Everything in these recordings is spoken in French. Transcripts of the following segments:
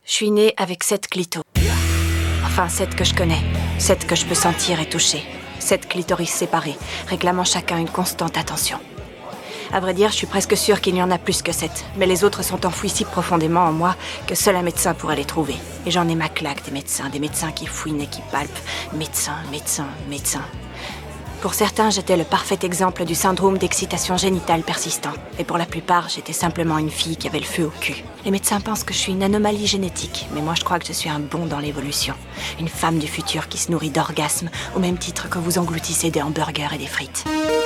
Je suis née avec 7 clitos. Enfin, 7 que je connais. 7 que je peux sentir et toucher. 7 clitoris séparés, réclamant chacun une constante attention. À vrai dire, je suis presque sûre qu'il y en a plus que 7. Mais les autres sont enfouis si profondément en moi que seul un médecin pourrait les trouver. Et j'en ai ma claque des médecins qui fouinent et qui palpent. Médecins. Pour certains, j'étais le parfait exemple du syndrome d'excitation génitale persistant. Et pour la plupart, j'étais simplement une fille qui avait le feu au cul. Les médecins pensent que je suis une anomalie génétique, mais moi je crois que je suis un bond dans l'évolution. Une femme du futur qui se nourrit d'orgasmes, au même titre que vous engloutissez des hamburgers et des frites.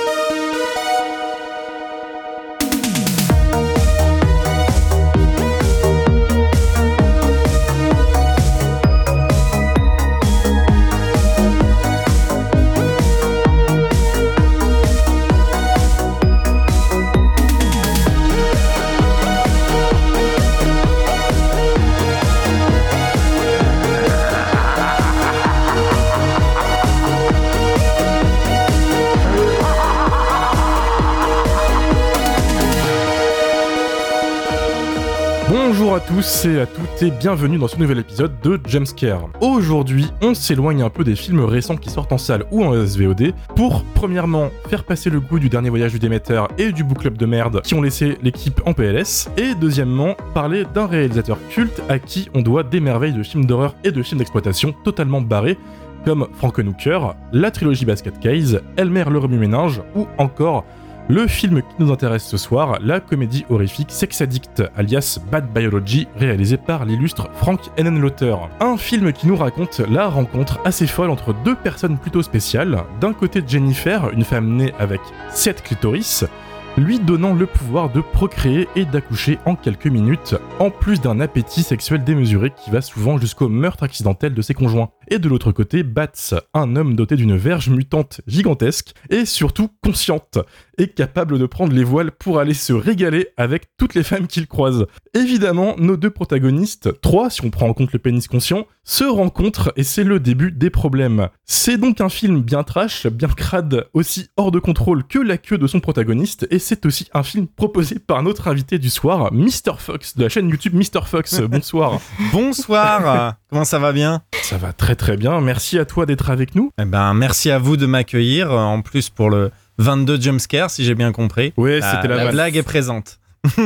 Bonjour à tous et à toutes et bienvenue dans ce nouvel épisode de Jumpscare. Aujourd'hui, on s'éloigne un peu des films récents qui sortent en salle ou en SVOD pour, premièrement, faire passer le goût du dernier voyage du Déméter et du book club de merde qui ont laissé l'équipe en PLS, et deuxièmement, parler d'un réalisateur culte à qui on doit des merveilles de films d'horreur et de films d'exploitation totalement barrés, comme Frankenhooker, la trilogie Basket Case, Elmer le remue-ménage ou encore le film qui nous intéresse ce soir, la comédie horrifique Sex Addict, alias Bad Biology, réalisée par l'illustre Frank Henenlotter. Un film qui nous raconte la rencontre assez folle entre deux personnes plutôt spéciales. D'un côté Jennifer, une femme née avec 7 clitoris, lui donnant le pouvoir de procréer et d'accoucher en quelques minutes, en plus d'un appétit sexuel démesuré qui va souvent jusqu'au meurtre accidentel de ses conjoints. Et de l'autre côté, Bats, un homme doté d'une verge mutante gigantesque et surtout consciente, et capable de prendre les voiles pour aller se régaler avec toutes les femmes qu'il croise. Évidemment, nos deux protagonistes, 3 si on prend en compte le pénis conscient, se rencontrent et c'est le début des problèmes. C'est donc un film bien trash, bien crade, aussi hors de contrôle que la queue de son protagoniste, et c'est aussi un film proposé par notre invité du soir, Mr. Fox, de la chaîne YouTube Mr. Fox. Bonsoir. Bonsoir. Comment ça va bien ? Ça va très très bien, merci à toi d'être avec nous. Eh ben, merci à vous de m'accueillir, en plus pour le 22 Jumpscare, si j'ai bien compris. Ouais, c'était la blague est présente.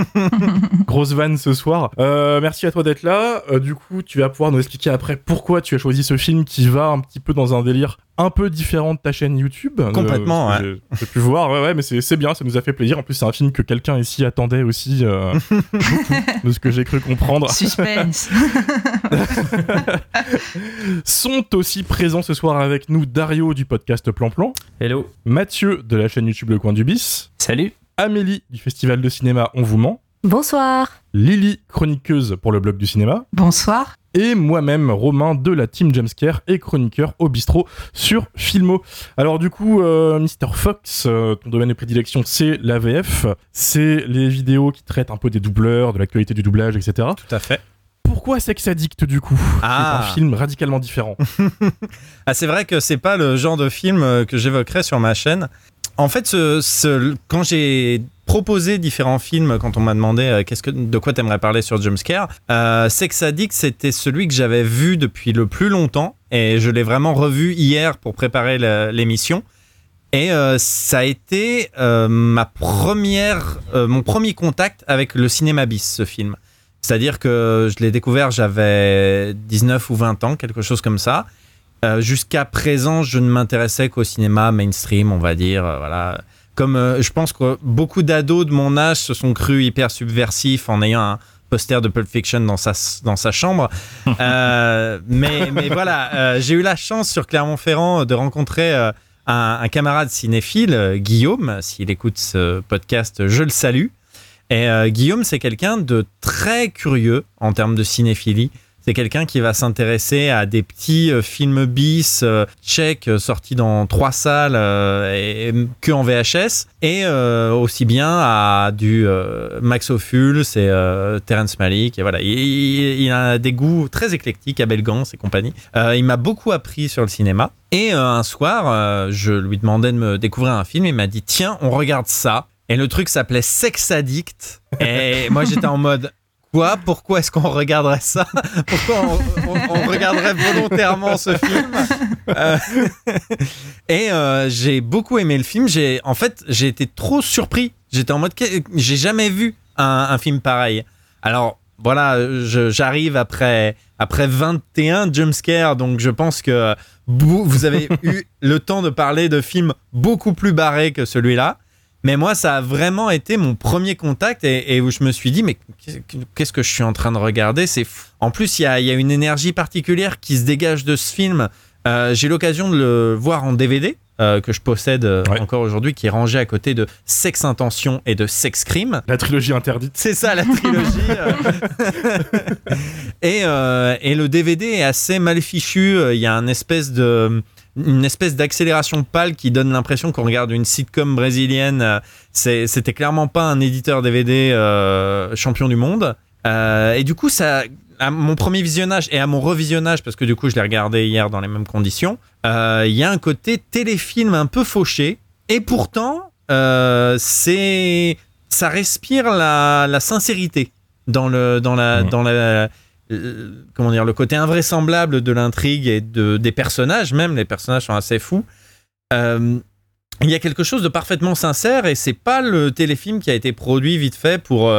Grosse vanne ce soir. Merci à toi d'être là. Du coup, tu vas pouvoir nous expliquer après pourquoi tu as choisi ce film qui va un petit peu dans un délire un peu différent de ta chaîne YouTube. Complètement, ouais. J'ai pu voir, ouais, mais c'est bien, ça nous a fait plaisir. En plus, c'est un film que quelqu'un ici attendait aussi, beaucoup, de ce que j'ai cru comprendre. Suspense. Sont aussi présents ce soir avec nous Dario du podcast Plan Plan. Hello. Mathieu de la chaîne YouTube Le Coin du Bis. Salut. Amélie du festival de cinéma On vous ment. Bonsoir. Lily, chroniqueuse pour le blog du cinéma. Bonsoir. Et moi-même, Romain, de la team Jumpscare et chroniqueur au bistrot sur Filmo. Alors du coup, Mr. Fox, ton domaine de prédilection, c'est la VF. C'est les vidéos qui traitent un peu des doubleurs, de l'actualité du doublage, etc. Tout à fait. Pourquoi Sex Addict du coup ? C'est un film radicalement différent. C'est vrai que c'est pas le genre de film que j'évoquerais sur ma chaîne. En fait, quand j'ai proposé différents films, quand on m'a demandé de quoi t'aimerais parler sur Jumpscare, Sex Addict, c'était celui que j'avais vu depuis le plus longtemps, et je l'ai vraiment revu hier pour préparer l'émission. Et ça a été mon premier contact avec le cinéma bis, ce film. C'est-à-dire que je l'ai découvert, j'avais 19 ou 20 ans, quelque chose comme ça. Jusqu'à présent, je ne m'intéressais qu'au cinéma mainstream, on va dire. Voilà. Comme je pense que beaucoup d'ados de mon âge se sont crus hyper subversifs en ayant un poster de Pulp Fiction dans sa chambre. Mais voilà, j'ai eu la chance sur Clermont-Ferrand de rencontrer un camarade cinéphile, Guillaume. S'il écoute ce podcast, je le salue. Et Guillaume, c'est quelqu'un de très curieux en termes de cinéphilie. C'est quelqu'un qui va s'intéresser à des petits films bis tchèques sortis dans 3 salles et que en VHS, et aussi bien à du Max Ophuls et Terrence Malick. Et voilà, il a des goûts très éclectiques, Abel Gance et compagnie. Il m'a beaucoup appris sur le cinéma. Et un soir, je lui demandais de me découvrir un film. Il m'a dit « Tiens, on regarde ça ». Et le truc s'appelait Sex Addict. Et moi, j'étais en mode... Quoi ? Pourquoi est-ce qu'on regarderait ça ? Pourquoi on regarderait volontairement ce film ? Et j'ai beaucoup aimé le film. J'ai été trop surpris. J'étais en mode, j'ai jamais vu un film pareil. Alors voilà, j'arrive après 21 jumpscares, donc je pense que vous avez eu le temps de parler de films beaucoup plus barrés que celui-là. Mais moi, ça a vraiment été mon premier contact et où je me suis dit, mais qu'est-ce que je suis en train de regarder ? C'est fou. En plus, il y a une énergie particulière qui se dégage de ce film. J'ai eu l'occasion de le voir en DVD, que je possède encore aujourd'hui, qui est rangé à côté de Sex Intention et de Sex Crime. La trilogie interdite. C'est ça, la trilogie. Et le DVD est assez mal fichu. Il y a une espèce d'accélération pâle qui donne l'impression qu'on regarde une sitcom brésilienne. C'était clairement pas un éditeur DVD champion du monde. Et du coup, ça, à mon premier visionnage et à mon revisionnage, parce que du coup, je l'ai regardé hier dans les mêmes conditions, il y a un côté téléfilm un peu fauché. Et pourtant, ça respire la sincérité dans le côté invraisemblable de l'intrigue et des personnages, même les personnages sont assez fous. Il y a quelque chose de parfaitement sincère et c'est pas le téléfilm qui a été produit vite fait pour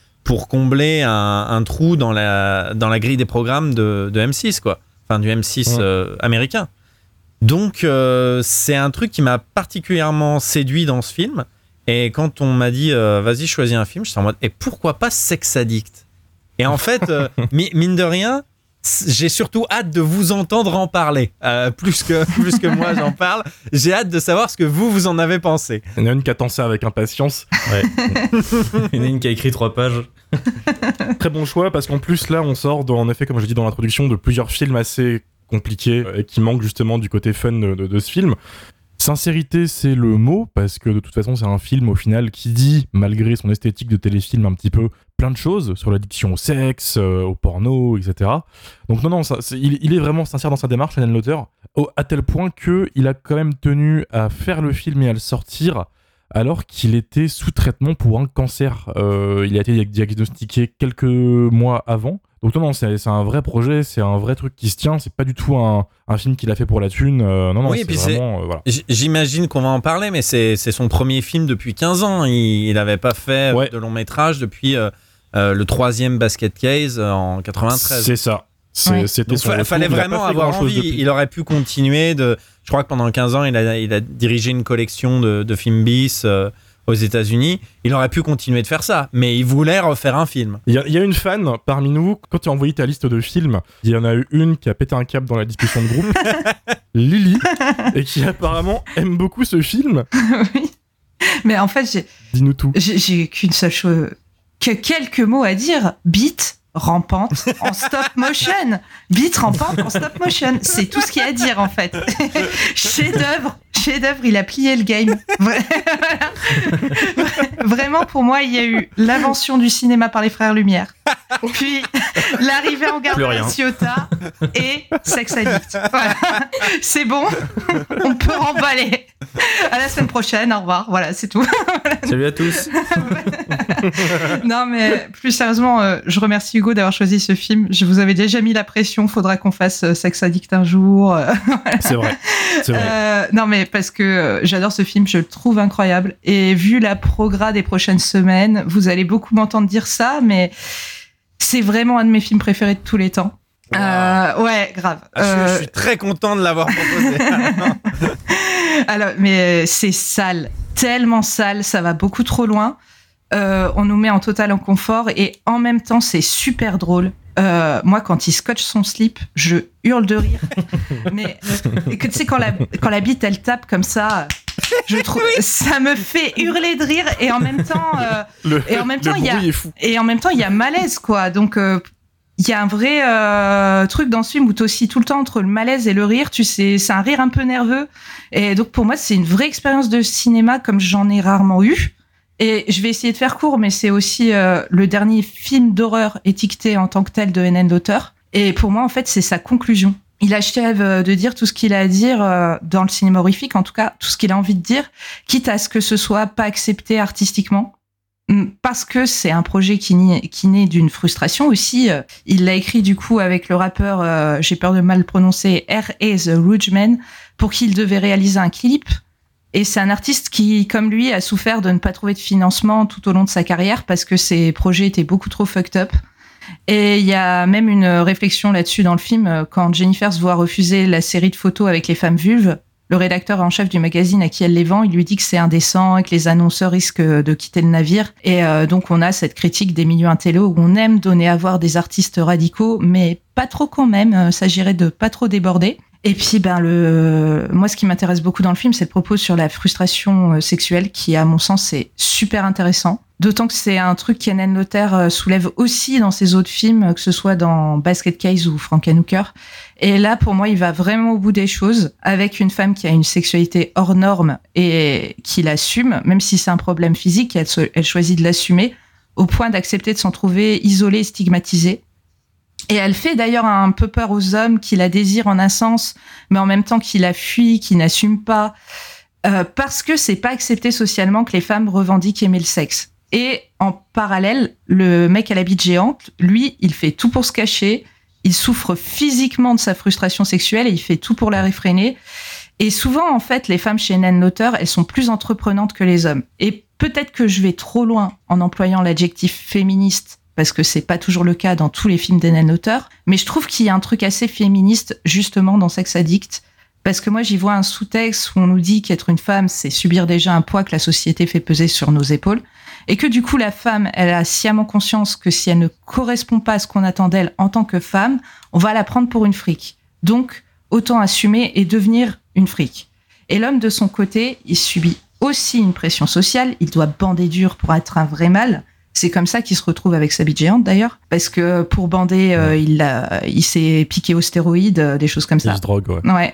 combler un trou dans la grille des programmes de M6, quoi. Enfin, du M6 américain. Donc, c'est un truc qui m'a particulièrement séduit dans ce film. Et quand on m'a dit, vas-y, choisis un film, j'étais en mode, et pourquoi pas Sex Addict ? Et en fait, mine de rien, j'ai surtout hâte de vous entendre en parler. Plus que moi, j'en parle. J'ai hâte de savoir ce que vous en avez pensé. Il y en a une qui attend ça avec impatience. Ouais. Il y en a une qui a écrit 3 pages. Très bon choix, parce qu'en plus, là, on sort, en effet, comme je dis dans l'introduction, de plusieurs films assez compliqués et qui manquent justement du côté fun de ce film. Sincérité, c'est le mot, parce que de toute façon, c'est un film au final qui dit, malgré son esthétique de téléfilm un petit peu, plein de choses sur l'addiction au sexe, au porno, etc. Donc non, il est vraiment sincère dans sa démarche, Alan Lauter, à tel point qu'il a quand même tenu à faire le film et à le sortir alors qu'il était sous traitement pour un cancer. Il a été diagnostiqué quelques mois avant. Donc non, c'est un vrai projet, c'est un vrai truc qui se tient, c'est pas du tout un film qu'il a fait pour la thune. Non, oui, c'est vraiment... voilà. J'imagine qu'on va en parler, mais c'est son premier film depuis 15 ans. Il n'avait pas fait de long métrage depuis le 3e Basket Case en 93. C'est ça. C'était son retour. Fallait vraiment avoir envie. Il aurait pu continuer je crois que pendant 15 ans, il a dirigé une collection de films bis aux États-Unis. Il aurait pu continuer de faire ça, mais il voulait refaire un film. Il y a une fan parmi nous, quand tu as envoyé ta liste de films, il y en a eu une qui a pété un câble dans la discussion de groupe, Lily, et qui apparemment aime beaucoup ce film. Oui, mais en fait, dis-nous tout. J'ai qu'une seule chose, que quelques mots à dire. Bite rampante en stop motion. Bite rampante en stop motion. C'est tout ce qu'il y a à dire, en fait. Chef-d'œuvre, il a plié le game. Vraiment, pour moi, il y a eu l'invention du cinéma par les frères Lumière, puis l'arrivée en gare de la Ciotat et Sex Addict. Voilà. C'est bon, on peut remballer. À la semaine prochaine, au revoir. Voilà, c'est tout. Salut à tous. Non, mais plus sérieusement, je remercie Hugo d'avoir choisi ce film. Je vous avais déjà mis la pression, faudra qu'on fasse Sex Addict un jour. Voilà. C'est vrai. Non, mais parce que j'adore ce film, je le trouve incroyable. Et vu la progrès des prochaines semaines, vous allez beaucoup m'entendre dire ça, mais c'est vraiment un de mes films préférés de tous les temps. Wow. Ouais, grave. Je suis très content de l'avoir proposé. Alors, mais c'est sale, tellement sale, ça va beaucoup trop loin. On nous met en total inconfort et en même temps, c'est super drôle. Moi, quand il scotche son slip, je hurle de rire. Mais tu sais, quand la bite elle tape comme ça, je trouve ça me fait hurler de rire et en même temps, il y a malaise, quoi. Donc il y a un vrai truc dans ce film où t'oscilles tout le temps entre le malaise et le rire. Tu sais, c'est un rire un peu nerveux. Et donc pour moi, c'est une vraie expérience de cinéma comme j'en ai rarement eu. Et je vais essayer de faire court, mais c'est aussi le dernier film d'horreur étiqueté en tant que tel de N.N. Lauter. Et pour moi, en fait, c'est sa conclusion. Il achève de dire tout ce qu'il a à dire dans le cinéma horrifique, en tout cas, tout ce qu'il a envie de dire, quitte à ce que ce soit pas accepté artistiquement. parce que c'est un projet qui naît d'une frustration aussi. Il l'a écrit du coup avec le rappeur, j'ai peur de mal prononcer, R.A. The Rugeman, pour qui il devait réaliser un clip. Et c'est un artiste qui, comme lui, a souffert de ne pas trouver de financement tout au long de sa carrière parce que ses projets étaient beaucoup trop fucked up. Et il y a même une réflexion là-dessus dans le film, quand Jennifer se voit refuser la série de photos avec les femmes vulves. Le rédacteur en chef du magazine à qui elle les vend, il lui dit que c'est indécent et que les annonceurs risquent de quitter le navire. Et donc on a cette critique des milieux intello où on aime donner à voir des artistes radicaux, mais pas trop quand même, s'agirait de pas trop déborder. Et puis moi ce qui m'intéresse beaucoup dans le film, c'est le propos sur la frustration sexuelle qui, à mon sens, est super intéressant. D'autant que c'est un truc qu'Hélène Lotter soulève aussi dans ses autres films, que ce soit dans Basket Case ou Frankenhooker. Et là, pour moi, il va vraiment au bout des choses, avec une femme qui a une sexualité hors norme et qui l'assume, même si c'est un problème physique, elle choisit de l'assumer, au point d'accepter de s'en trouver isolée et stigmatisée. Et elle fait d'ailleurs un peu peur aux hommes qui la désirent en un sens, mais en même temps qui la fuient, qui n'assument pas, parce que c'est pas accepté socialement que les femmes revendiquent aimer le sexe. Et en parallèle, le mec à la bite géante, lui, il fait tout pour se cacher, il souffre physiquement de sa frustration sexuelle et il fait tout pour la réfréner. Et souvent, en fait, les femmes chez Hélène Lotter, elles sont plus entreprenantes que les hommes. Et peut-être que je vais trop loin en employant l'adjectif féministe, parce que c'est pas toujours le cas dans tous les films d'Hélène Lotter, mais je trouve qu'il y a un truc assez féministe, justement, dans Sex Addict, parce que moi, j'y vois un sous-texte où on nous dit qu'être une femme, c'est subir déjà un poids que la société fait peser sur nos épaules, et que du coup, la femme, elle a sciemment conscience que si elle ne correspond pas à ce qu'on attend d'elle en tant que femme, on va la prendre pour une fric. Donc, autant assumer et devenir une fric. Et l'homme, de son côté, il subit aussi une pression sociale, il doit bander dur pour être un vrai mâle. C'est comme ça qu'il se retrouve avec sa bite géante, d'ailleurs, parce que pour bander, il s'est piqué aux stéroïdes, des choses comme ça. Il se drogue, ouais. Ouais.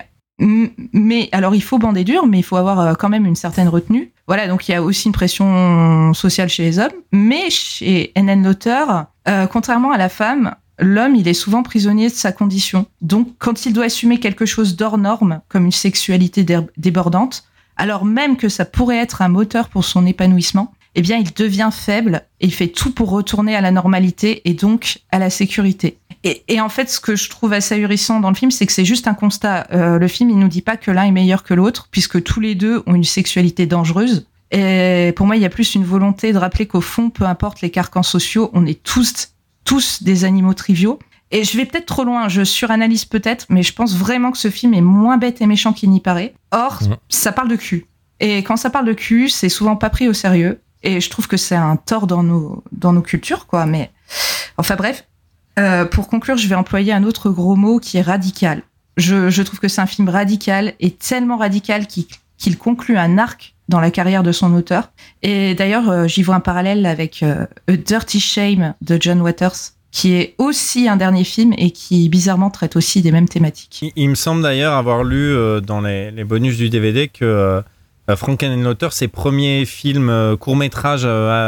Mais alors, il faut bander dur, mais il faut avoir quand même une certaine retenue. Voilà, donc il y a aussi une pression sociale chez les hommes. Mais chez Hélène Lotter, contrairement à la femme, l'homme, il est souvent prisonnier de sa condition. Donc, quand il doit assumer quelque chose d'hors norme, comme une sexualité débordante, alors même que ça pourrait être un moteur pour son épanouissement, eh bien, il devient faible et il fait tout pour retourner à la normalité et donc à la sécurité. Et en fait, ce que je trouve assez ahurissant dans le film, c'est que c'est juste un constat. Le film, il nous dit pas que l'un est meilleur que l'autre, puisque tous les deux ont une sexualité dangereuse. Et pour moi, il y a plus une volonté de rappeler qu'au fond, peu importe les carcans sociaux, on est tous des animaux triviaux. Et je vais peut-être trop loin, je suranalyse peut-être, mais je pense vraiment que ce film est moins bête et méchant qu'il n'y paraît. Or, ça parle de cul. Et quand ça parle de cul, c'est souvent pas pris au sérieux. Et je trouve que c'est un tort dans nos cultures, quoi. Mais enfin bref. Pour conclure, je vais employer un autre gros mot qui est radical. Je trouve que c'est un film radical et tellement radical qu'il conclut un arc dans la carrière de son auteur. Et d'ailleurs, j'y vois un parallèle avec A Dirty Shame de John Waters, qui est aussi un dernier film et qui, bizarrement, traite aussi des mêmes thématiques. Il me semble d'ailleurs avoir lu dans les bonus du DVD que Frankenhooker, ses premiers films courts-métrages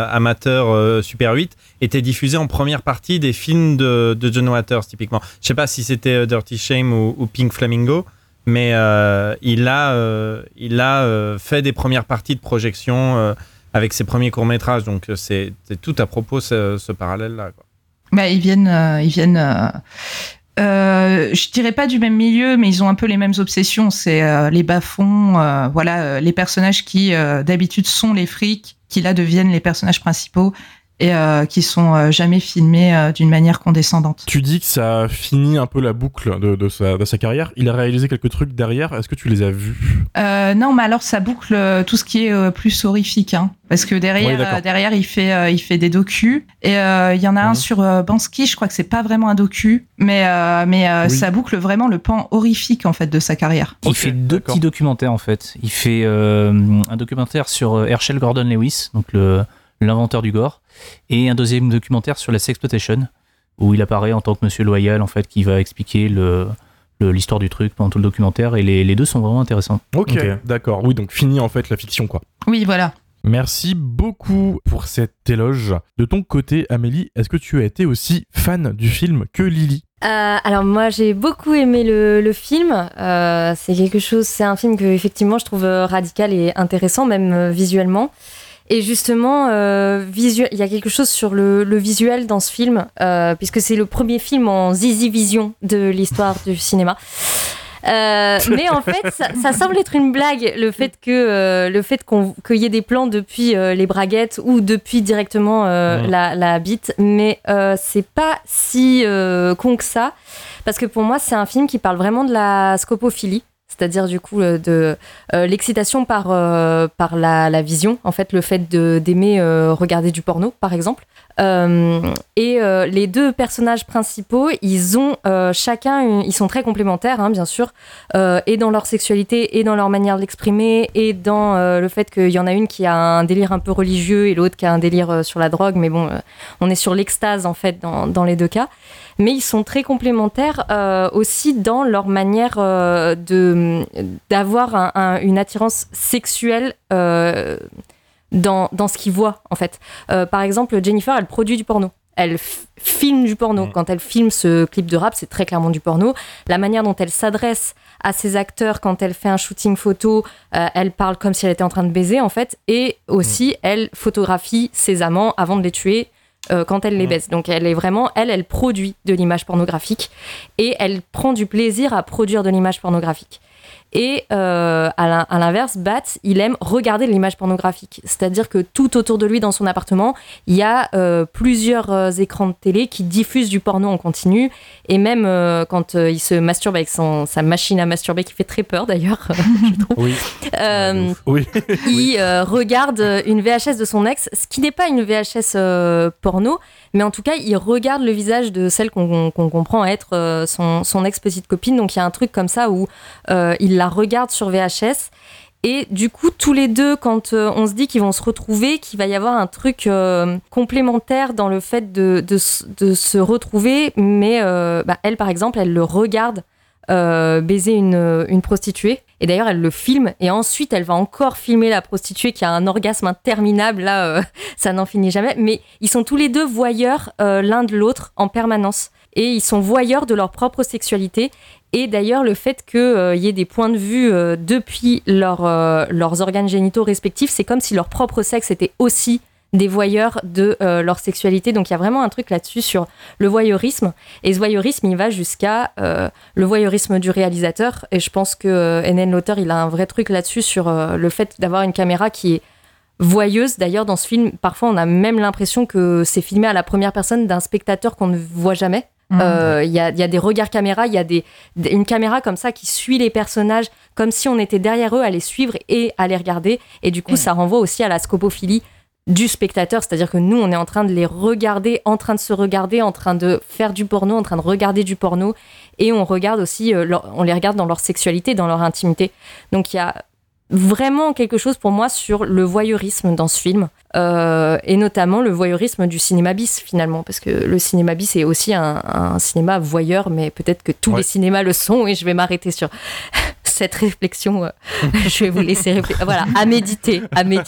amateurs Super 8 étaient diffusés en première partie des films de John Waters, typiquement. Je sais pas si c'était Dirty Shame ou Pink Flamingo, mais il a fait des premières parties de projection avec ses premiers courts-métrages, donc c'est tout à propos ce parallèle-là, quoi. Bah, ils viennent je dirais pas du même milieu, mais ils ont un peu les mêmes obsessions. C'est les bas-fonds, les personnages qui d'habitude sont les frics, qui là deviennent les personnages principaux et qui sont jamais filmés d'une manière condescendante. Tu dis que ça finit un peu la boucle de sa carrière. Il a réalisé quelques trucs derrière. Est-ce que tu les as vus ? Non, mais alors ça boucle tout ce qui est plus horrifique, hein, parce que derrière il fait des docus et il y en a un sur Bansky. Je crois que c'est pas vraiment un docu, mais ça boucle vraiment le pan horrifique en fait de sa carrière. Il fait deux petits documentaires en fait. Il fait un documentaire sur Herschel Gordon Lewis, donc l'inventeur du gore, et un deuxième documentaire sur la sexploitation, où il apparaît en tant que monsieur loyal, en fait, qui va expliquer l'histoire du truc pendant tout le documentaire, et les deux sont vraiment intéressants. Ok, d'accord. Oui, donc fini en fait la fiction, quoi. Oui, voilà. Merci beaucoup pour cet éloge. De ton côté, Amélie, est-ce que tu as été aussi fan du film que Lily ? Alors moi j'ai beaucoup aimé le film, c'est un film que effectivement je trouve radical et intéressant, même visuellement. Et justement, il y a quelque chose sur le visuel dans ce film, puisque c'est le premier film en zizi vision de l'histoire du cinéma. Mais en fait, ça semble être une blague, le fait qu'il y ait des plans depuis les braguettes ou depuis directement la bite, mais c'est pas si con que ça, parce que pour moi, c'est un film qui parle vraiment de la scopophilie. C'est-à-dire du coup de l'excitation par la vision, en fait, le fait d'aimer regarder du porno, par exemple. Les deux personnages principaux, ils ont chacun, ils sont très complémentaires, hein, bien sûr, et dans leur sexualité, et dans leur manière de l'exprimer, et dans le fait qu'il y en a une qui a un délire un peu religieux et l'autre qui a un délire sur la drogue, mais bon, on est sur l'extase en fait dans les deux cas. Mais ils sont très complémentaires aussi dans leur manière d'avoir une attirance sexuelle dans ce qu'ils voient, en fait. Par exemple, Jennifer, elle produit du porno. Elle filme du porno. Quand elle filme ce clip de rap, c'est très clairement du porno. La manière dont elle s'adresse à ses acteurs quand elle fait un shooting photo, elle parle comme si elle était en train de baiser, en fait. Et aussi, elle photographie ses amants avant de les tuer quand elle les baise. Donc elle est vraiment, elle produit de l'image pornographique et elle prend du plaisir à produire de l'image pornographique. Et à l'inverse, Bat, il aime regarder de l'image pornographique. C'est-à-dire que tout autour de lui, dans son appartement, il y a plusieurs écrans de télé qui diffusent du porno en continu. Et même quand il se masturbe avec sa machine à masturber, qui fait très peur d'ailleurs, je trouve. Oui. Il regarde une VHS de son ex, ce qui n'est pas une VHS porno, mais en tout cas, il regarde le visage de celle qu'on comprend être son ex-petite copine. Donc il y a un truc comme ça où il la regarde sur VHS. Et du coup, tous les deux, quand on se dit qu'ils vont se retrouver, qu'il va y avoir un truc complémentaire dans le fait de se retrouver, mais elle, par exemple, elle le regarde baiser une prostituée. Et d'ailleurs, elle le filme. Et ensuite, elle va encore filmer la prostituée qui a un orgasme interminable. Là, ça n'en finit jamais. Mais ils sont tous les deux voyeurs l'un de l'autre en permanence. Et ils sont voyeurs de leur propre sexualité. Et d'ailleurs, le fait qu'il y ait des points de vue depuis leurs organes génitaux respectifs, c'est comme si leur propre sexe était aussi des voyeurs de leur sexualité. Donc il y a vraiment un truc là-dessus sur le voyeurisme. Et ce voyeurisme, il va jusqu'à le voyeurisme du réalisateur. Et je pense que N.N. l'auteur, il a un vrai truc là-dessus sur le fait d'avoir une caméra qui est voyeuse. D'ailleurs, dans ce film, parfois, on a même l'impression que c'est filmé à la première personne d'un spectateur qu'on ne voit jamais. Il y a des regards caméra, il y a une caméra comme ça qui suit les personnages comme si on était derrière eux à les suivre et à les regarder. Et du coup, ça renvoie aussi à la scopophilie du spectateur, c'est-à-dire que nous, on est en train de les regarder, en train de se regarder, en train de faire du porno, en train de regarder du porno, et on regarde aussi, on les regarde dans leur sexualité, dans leur intimité. Donc il y a vraiment quelque chose pour moi sur le voyeurisme dans ce film, et notamment le voyeurisme du cinéma bis finalement, parce que le cinéma bis est aussi un cinéma voyeur, mais peut-être que tous les cinémas le sont, et je vais m'arrêter sur cette réflexion. Je vais vous laisser réfléchir. Voilà, à méditer.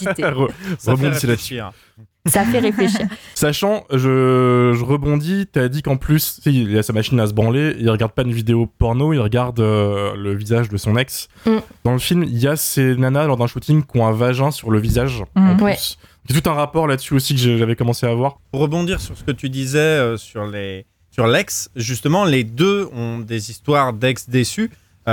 Ça fait réfléchir. Ça fait réfléchir. Sachant, je rebondis, t'as dit qu'en plus, il a sa machine à se branler, il regarde pas une vidéo porno, il regarde le visage de son ex. Dans le film, il y a ces nanas lors d'un shooting qui ont un vagin sur le visage. En plus. Ouais. Il y a tout un rapport là-dessus aussi que j'avais commencé à voir. Pour rebondir sur ce que tu disais sur l'ex, justement, les deux ont des histoires d'ex déçus.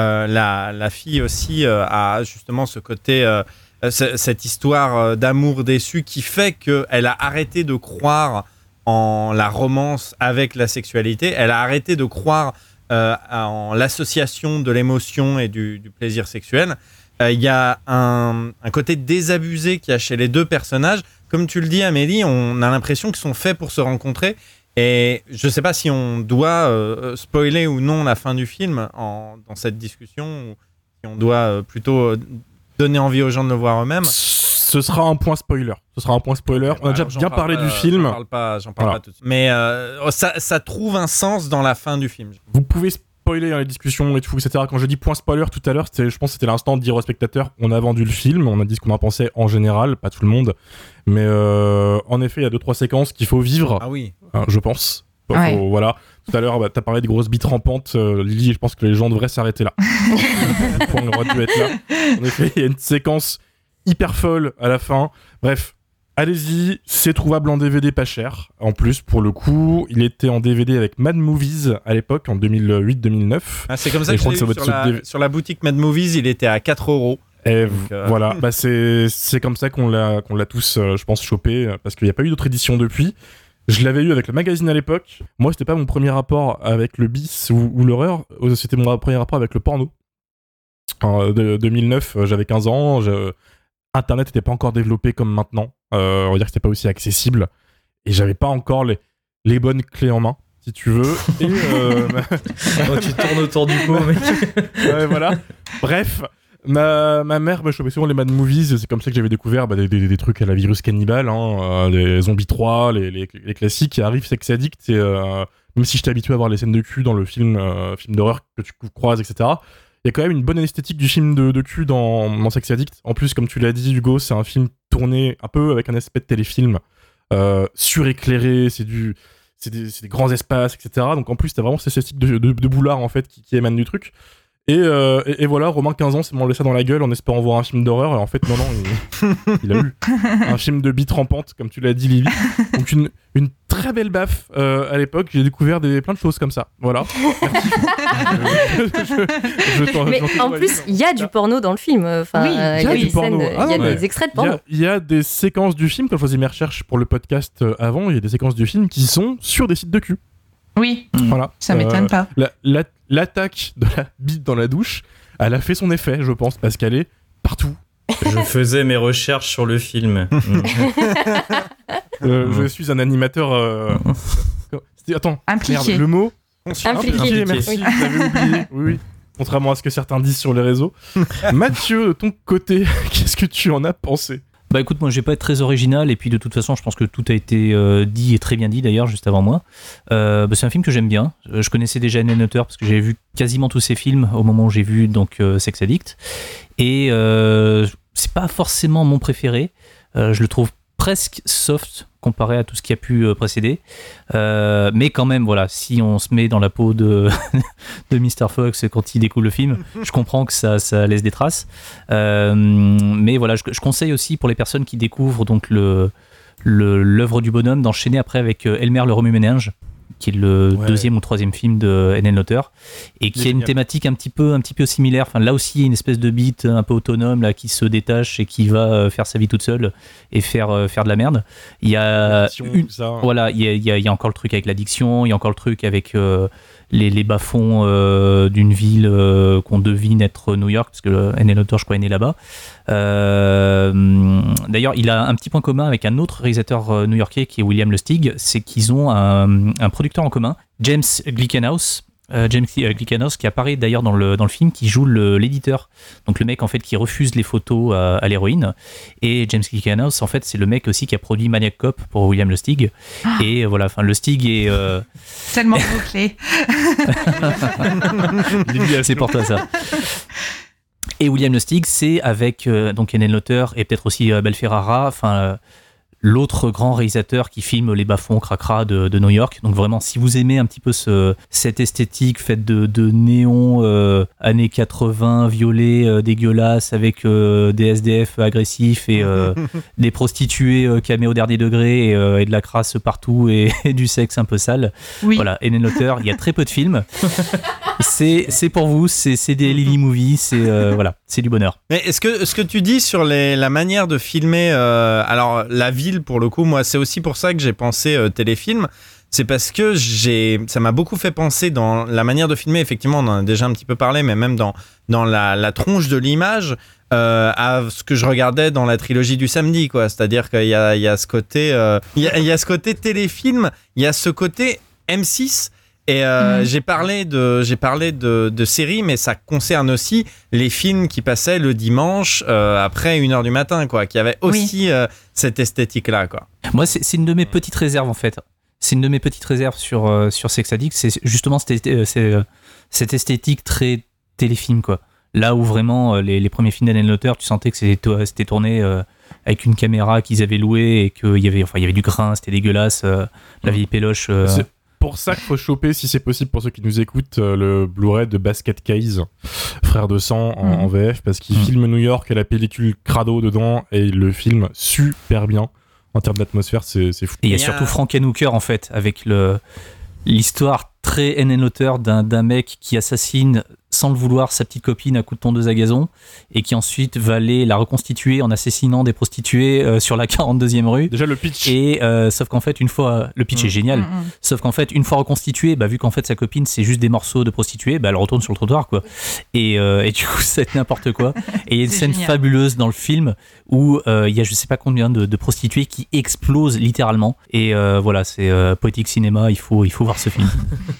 La fille aussi a justement ce côté, cette histoire d'amour déçu qui fait qu'elle a arrêté de croire en la romance avec la sexualité. Elle a arrêté de croire en l'association de l'émotion et du plaisir sexuel. Il y a un côté désabusé qu'il y a chez les deux personnages. Comme tu le dis, Amélie, on a l'impression qu'ils sont faits pour se rencontrer. Et je ne sais pas si on doit spoiler ou non la fin du film dans cette discussion, ou si on doit plutôt donner envie aux gens de le voir eux-mêmes. Ce sera un point spoiler. On a déjà bien parlé du film. J'en parle pas tout de suite. Mais ça trouve un sens dans la fin du film. Vous pouvez spoiler dans les discussions et tout, etc. Quand je dis point spoiler tout à l'heure, je pense que c'était l'instant de dire aux spectateurs on a vendu le film, on a dit ce qu'on en pensait en général, pas tout le monde. Mais en effet, il y a 2-3 séquences qu'il faut vivre. Ah oui. Je pense. Voilà. Tout à l'heure, t'as parlé de grosses bites rampantes. Lily, je pense que les gens devraient s'arrêter là. Le point aurait dû être là. En effet, il y a une séquence hyper folle à la fin. Bref, allez-y, c'est trouvable en DVD pas cher. En plus, pour le coup, il était en DVD avec Mad Movies à l'époque, en 2008-2009. Ah, c'est comme ça que je l'ai vu sur la boutique Mad Movies, il était à 4€. Et voilà, bah c'est comme ça qu'on l'a tous, je pense, chopé, parce qu'il n'y a pas eu d'autre édition depuis. Je l'avais eu avec le magazine à l'époque. Moi, c'était pas mon premier rapport avec le bis ou l'horreur, c'était mon premier rapport avec le porno. En 2009, j'avais 15 ans, Internet n'était pas encore développé comme maintenant. On va dire que c'était pas aussi accessible. Et j'avais pas encore les bonnes clés en main, si tu veux. Et tu tournes autour du pot, mec. Ouais, voilà. Bref, ma mère me chopait souvent les Mad Movies. C'est comme ça que j'avais découvert des trucs à la Virus Cannibal, les Zombies 3, les classiques. Et arrive Sex Addict. Et même si j'étais habitué à voir les scènes de cul dans le film d'horreur que tu croises, etc., il y a quand même une bonne esthétique du film de cul dans Sex Addict. En plus, comme tu l'as dit, Hugo, c'est un film tourné un peu avec un aspect de téléfilm, suréclairé, c'est des grands espaces, etc. Donc en plus, t'as vraiment cette esthétique de boulard en fait qui émane du truc. Et voilà, Romain, 15 ans, s'est mangé ça dans la gueule en espérant voir un film d'horreur. Et en fait, non, il a eu un film de bite rampante, comme tu l'as dit, Lily. Donc une très belle baffe à l'époque. J'ai découvert plein de choses comme ça. Voilà. Mais en plus, il y a du porno dans le film. Enfin, oui, il y a du porno. Il y a des extraits de porno. Il y a des séquences du film, quand je faisais mes recherches pour le podcast avant, il y a des séquences du film qui sont sur des sites de cul. Oui, voilà. Ça m'étonne pas. L'attaque de la bite dans la douche, elle a fait son effet, je pense, parce qu'elle est partout. Je faisais mes recherches sur le film. Je suis un animateur... Attends, impliqué. Merde, le mot impliqué, merci, je l'avais oublié. Oui. Contrairement à ce que certains disent sur les réseaux. Mathieu, de ton côté, qu'est-ce que tu en as pensé ? Bah écoute, moi je vais pas être très original et puis de toute façon je pense que tout a été dit et très bien dit d'ailleurs juste avant moi. C'est un film que j'aime bien. Je connaissais déjà N.N. Hutter parce que j'avais vu quasiment tous ses films au moment où j'ai vu donc Sex Addict et c'est pas forcément mon préféré. Je le trouve presque soft comparé à tout ce qui a pu précéder. Mais quand même, voilà, si on se met dans la peau de Mr. Fox quand il découvre le film, je comprends que ça laisse des traces. Mais voilà, je conseille aussi pour les personnes qui découvrent donc l'œuvre du bonhomme d'enchaîner après avec Elmer le remue-ménage, qui est le deuxième ou troisième film de N.N. Hutter et qui a une thématique un petit peu similaire. Enfin, là aussi, il y a une espèce de bite un peu autonome là, qui se détache et qui va faire sa vie toute seule et faire de la merde. Il y a voilà, il y a encore le truc avec l'addiction, il y a encore le truc avec les bas-fonds d'une ville qu'on devine être New York, parce que N.N. Hutter, je crois, est né là-bas. D'ailleurs, il a un petit point commun avec un autre réalisateur new-yorkais qui est William Lustig, c'est qu'ils ont un producteur en commun, James Glickenhaus. James Glickenhaus qui apparaît d'ailleurs dans le film, qui joue l'éditeur, donc le mec en fait qui refuse les photos à l'héroïne. Et James Glickenhaus en fait c'est le mec aussi qui a produit Maniac Cop pour William Lustig. Et voilà, enfin Lustig est tellement bouclé. C'est pour toi ça. Et William Lustig, c'est avec donc N.N. Hutter et peut-être aussi Abel Ferrara, enfin l'autre grand réalisateur qui filme les bas-fonds cracra de New York. Donc vraiment, si vous aimez un petit peu cette esthétique faite de néon années 80, violet, dégueulasse, avec des SDF agressifs et des prostituées camées au dernier degré et de la crasse partout et du sexe un peu sale. Oui. Voilà, N.N. Hutter, il y a très peu de films. C'est pour vous, c'est des Lily Movies, voilà, c'est du bonheur. Mais est-ce que tu dis sur la manière de filmer, alors la ville pour le coup, moi c'est aussi pour ça que j'ai pensé téléfilm, c'est parce que ça m'a beaucoup fait penser dans la manière de filmer, effectivement on en a déjà un petit peu parlé, mais même dans la tronche de l'image, à ce que je regardais dans la trilogie du samedi, quoi. C'est-à-dire qu'il y a ce côté il y a ce côté téléfilm, il y a ce côté M6. Et j'ai parlé de séries, mais ça concerne aussi les films qui passaient le dimanche après 1h du matin, quoi, qui avaient aussi cette esthétique-là, quoi. Moi, c'est une de mes petites réserves, en fait. C'est une de mes petites réserves sur Sex Addict, c'est justement cette esthétique très téléfilm, quoi. Là où vraiment, les premiers films d'N.N. Hutter, tu sentais que c'était tourné avec une caméra qu'ils avaient louée et qu'il y avait du grain, c'était dégueulasse, la vieille péloche... C'est pour ça qu'il faut choper, si c'est possible pour ceux qui nous écoutent, le Blu-ray de Basket Case, Frère de sang en VF, parce qu'il filme New York et la pellicule crado dedans, et il le filme super bien. En termes d'atmosphère, c'est fou. Et il y a surtout Frankenhooker, en fait, avec l'histoire très N.N. auteur d'un mec qui assassine sans le vouloir sa petite copine à coups de tondeuse à gazon et qui ensuite va aller la reconstituer en assassinant des prostituées sur la 42e rue. Déjà le pitch. Et sauf qu'en fait, une fois le pitch est génial. Sauf qu'en fait, une fois reconstituée, vu qu'en fait sa copine c'est juste des morceaux de prostituées, elle retourne sur le trottoir quoi. Et du coup, c'est n'importe quoi. Et il y a une scène fabuleuse dans le film où il y a je sais pas combien de prostituées qui explosent littéralement. Et voilà, c'est poétique cinéma. Il faut voir ce film.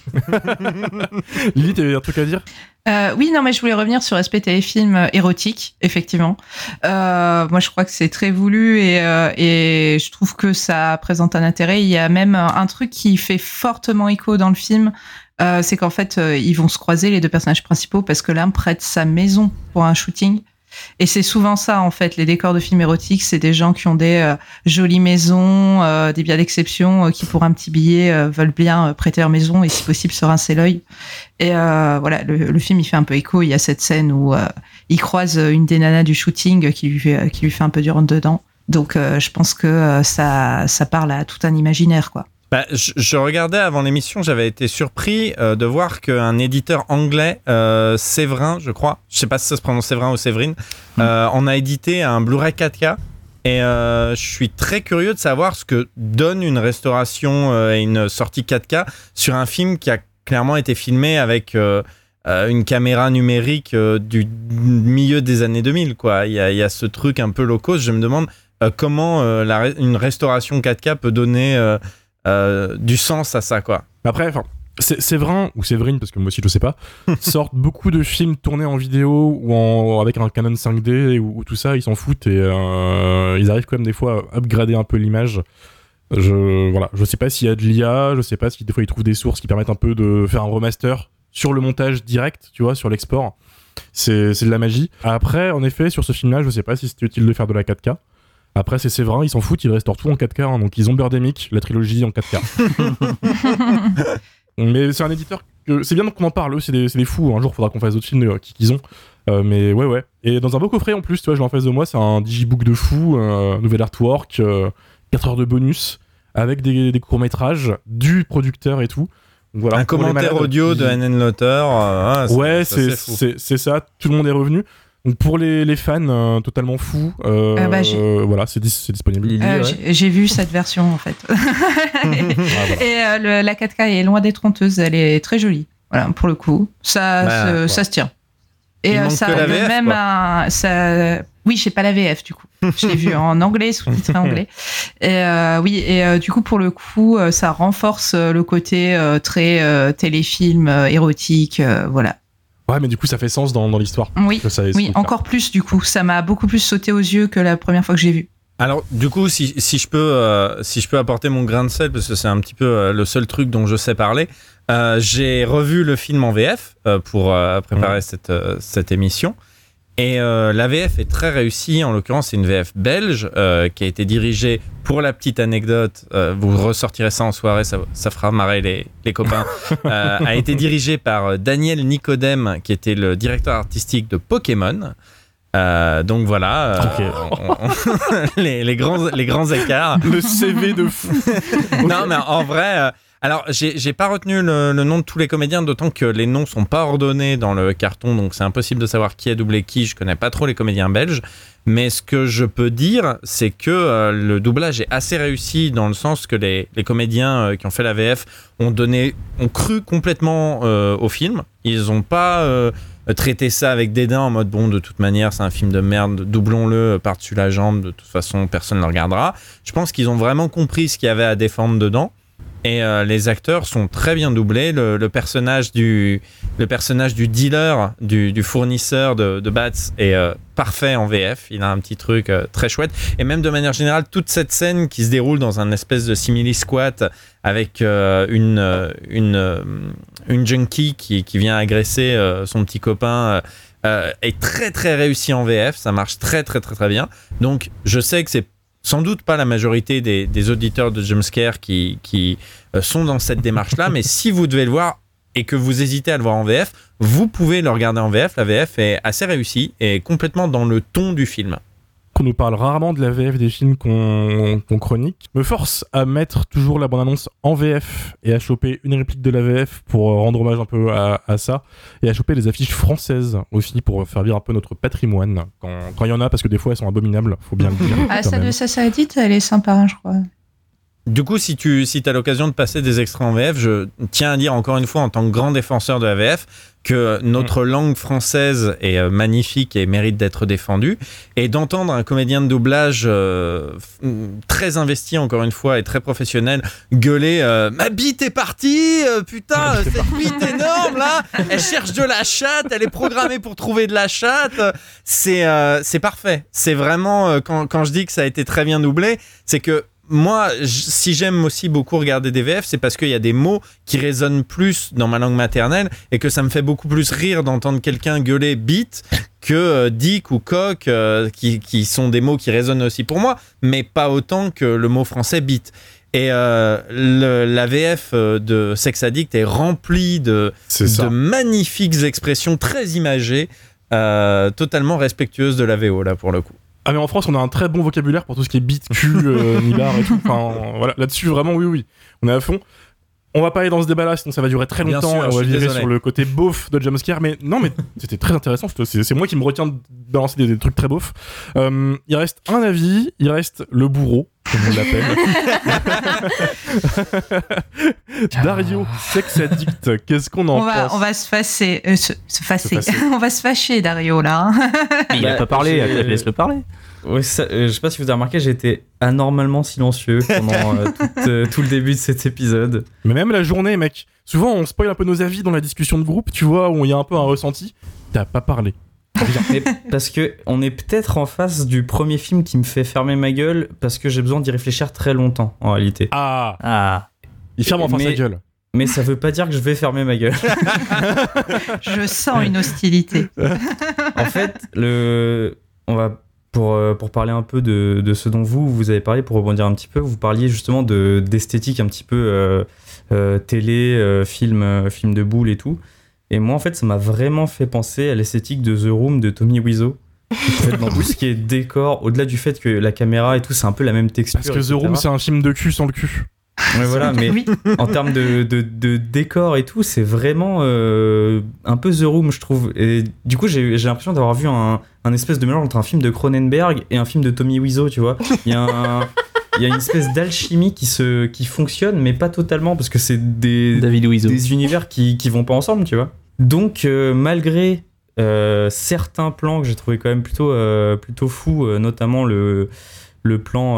Lily, t'avais un truc à dire? Oui, non, mais je voulais revenir sur l'aspect téléfilm érotique, effectivement. Moi, je crois que c'est très voulu et je trouve que ça présente un intérêt. Il y a même un truc qui fait fortement écho dans le film, c'est qu'en fait, ils vont se croiser, les deux personnages principaux, parce que l'un prête sa maison pour un shooting. Et c'est souvent ça, en fait, les décors de films érotiques, c'est des gens qui ont des jolies maisons, des biens d'exception, qui pour un petit billet veulent bien prêter leur maison et si possible se rincer l'œil. Et voilà, le film, il fait un peu écho. Il y a cette scène où il croise une des nanas du shooting qui lui fait un peu du rentre dedans. Donc, je pense que ça parle à tout un imaginaire, quoi. Je regardais avant l'émission, j'avais été surpris de voir qu'un éditeur anglais, Séverin, je crois, je sais pas si ça se prononce Séverin ou Séverine, en a édité un Blu-ray 4K. Et je suis très curieux de savoir ce que donne une restauration et une sortie 4K sur un film qui a clairement été filmé avec une caméra numérique du milieu des années 2000, quoi. Il y a ce truc un peu low cost. Je me demande comment une restauration 4K peut donner du sens à ça, quoi. Après, Séverin ou Séverine, parce que moi aussi je sais pas, sortent beaucoup de films tournés en vidéo ou avec un Canon 5D ou tout ça, ils s'en foutent et ils arrivent quand même des fois à upgrader un peu l'image. Je sais pas s'il y a de l'IA, je sais pas si des fois ils trouvent des sources qui permettent un peu de faire un remaster sur le montage direct, tu vois, sur l'export. C'est de la magie. Après, en effet, sur ce film-là, je sais pas si c'était utile de faire de la 4K. Après, c'est Séverin, ils s'en foutent, ils restaurent tout en 4K, hein, donc ils ont Birdemic, la trilogie en 4K. Mais c'est un éditeur que c'est bien qu'on en parle, eux, c'est des fous. Un jour, il faudra qu'on fasse d'autres films qu'ils ont. Mais ouais. Et dans un beau coffret en plus, tu vois, je l'ai en face de moi, c'est un digibook de fou, nouvel artwork, 4 heures de bonus, avec des courts-métrages, du producteur et tout. Donc, voilà, un commentaire audio de N.N. l'auteur. Ouais, c'est ça, tout le monde est revenu. Donc pour les fans totalement fous, voilà, c'est disponible. J'ai vu cette version en fait. Et la 4K est loin d'être honteuse, elle est très jolie. Voilà, pour le coup, ça se tient. Et ça a même oui, j'ai pas la VF du coup. Je l'ai vu en anglais, sous-titré anglais. Et du coup, pour le coup, ça renforce le côté très téléfilm érotique, voilà. Ouais, mais du coup, ça fait sens dans l'histoire. Oui, encore plus, du coup. Ça m'a beaucoup plus sauté aux yeux que la première fois que j'ai vu. Alors, du coup, si je peux apporter mon grain de sel, parce que c'est un petit peu le seul truc dont je sais parler, j'ai revu le film en VF pour préparer cette émission. Et la VF est très réussie. En l'occurrence, c'est une VF belge qui a été dirigée, pour la petite anecdote, vous ressortirez ça en soirée, ça fera marrer les copains, a été dirigée par Daniel Nicodème, qui était le directeur artistique de Pokémon. Donc voilà, les grands écarts. Le CV de fou. Non, mais en vrai... alors, j'ai pas retenu le nom de tous les comédiens, d'autant que les noms sont pas ordonnés dans le carton, donc c'est impossible de savoir qui a doublé qui. Je connais pas trop les comédiens belges, mais ce que je peux dire, c'est que le doublage est assez réussi dans le sens que les comédiens qui ont fait la VF ont cru complètement au film. Ils ont pas traité ça avec dédain en mode bon, de toute manière c'est un film de merde, doublons-le par-dessus la jambe, de toute façon personne ne le regardera. Je pense qu'ils ont vraiment compris ce qu'il y avait à défendre dedans. Et les acteurs sont très bien doublés. Le personnage du dealer, du fournisseur de Bats est parfait en VF. Il a un petit truc très chouette. Et même de manière générale, toute cette scène qui se déroule dans un espèce de simili-squat avec une junkie qui vient agresser son petit copain est très très réussie en VF. Ça marche très très très très bien. Donc je sais que c'est sans doute pas la majorité des auditeurs de Jumpscare qui sont dans cette démarche-là, mais si vous devez le voir et que vous hésitez à le voir en VF, vous pouvez le regarder en VF. La VF est assez réussie et complètement dans le ton du film. on nous parle rarement de la VF des films qu'on chronique, me force à mettre toujours la bande-annonce en VF et à choper une réplique de la VF pour rendre hommage un peu à ça, et à choper les affiches françaises aussi pour faire vivre un peu notre patrimoine quand il y en a, parce que des fois elles sont abominables, faut bien le dire. Ah, celle de Sassa Hadid, elle est sympa, je crois. Du coup, si t'as l'occasion de passer des extraits en VF, je tiens à dire encore une fois, en tant que grand défenseur de la VF, que notre langue française est magnifique et mérite d'être défendue. Et d'entendre un comédien de doublage très investi, encore une fois, et très professionnel, gueuler « Ma bite est partie putain, cette bite énorme, là elle cherche de la chatte, elle est programmée pour trouver de la chatte !» C'est parfait. C'est vraiment, quand je dis que ça a été très bien doublé, c'est que moi, si j'aime aussi beaucoup regarder des VF, c'est parce qu'il y a des mots qui résonnent plus dans ma langue maternelle et que ça me fait beaucoup plus rire d'entendre quelqu'un gueuler bite que dick ou coq, qui sont des mots qui résonnent aussi pour moi, mais pas autant que le mot français bite. Et la VF de Sex Addict est remplie de magnifiques expressions très imagées, totalement respectueuses de la VO, là, pour le coup. Ah mais en France on a un très bon vocabulaire pour tout ce qui est bite, cul, nibar et tout, enfin voilà, là-dessus vraiment oui, on est à fond. On va pas aller dans ce débat-là, sinon ça va durer très longtemps. Sûr, on va virer sur le côté beauf de jumpscare, mais non, mais c'était très intéressant. C'est moi qui me retiens de balancer des trucs très beaufs. Il reste un avis, il reste le bourreau, comme on l'appelle. Dario, Sex Addict, qu'est-ce qu'on en pense ? On va se fâcher. On va se fâcher, Dario, là. Mais il a pas parlé, laisse-le parler. Ouais, je sais pas si vous avez remarqué, j'ai été anormalement silencieux pendant tout le début de cet épisode. Mais même la journée, mec. Souvent, on spoil un peu nos avis dans la discussion de groupe, tu vois, où il y a un peu un ressenti. T'as pas parlé. Mais parce que on est peut-être en face du premier film qui me fait fermer ma gueule parce que j'ai besoin d'y réfléchir très longtemps, en réalité. Ah. Il ferme enfin sa gueule. Mais ça veut pas dire que je vais fermer ma gueule. Je sens une hostilité. En fait, on va... Pour parler un peu de ce dont vous avez parlé, pour rebondir un petit peu, vous parliez justement d'esthétique un petit peu télé, film de boule et tout. Et moi, en fait, ça m'a vraiment fait penser à l'esthétique de The Room de Tommy Wiseau. En fait, dans tout ce qui est décor, au-delà du fait que la caméra et tout, c'est un peu la même texture. Parce que The Room, c'est un film de cul sans le cul. Ouais, voilà, mais oui. En termes de décor et tout, c'est vraiment un peu The Room, je trouve. Et du coup, j'ai l'impression d'avoir vu un espèce de mélange entre un film de Cronenberg et un film de Tommy Wiseau, tu vois. Il y a une espèce d'alchimie qui fonctionne, mais pas totalement, parce que c'est des univers qui vont pas ensemble, tu vois. Donc, malgré certains plans que j'ai trouvé quand même plutôt fous, notamment le plan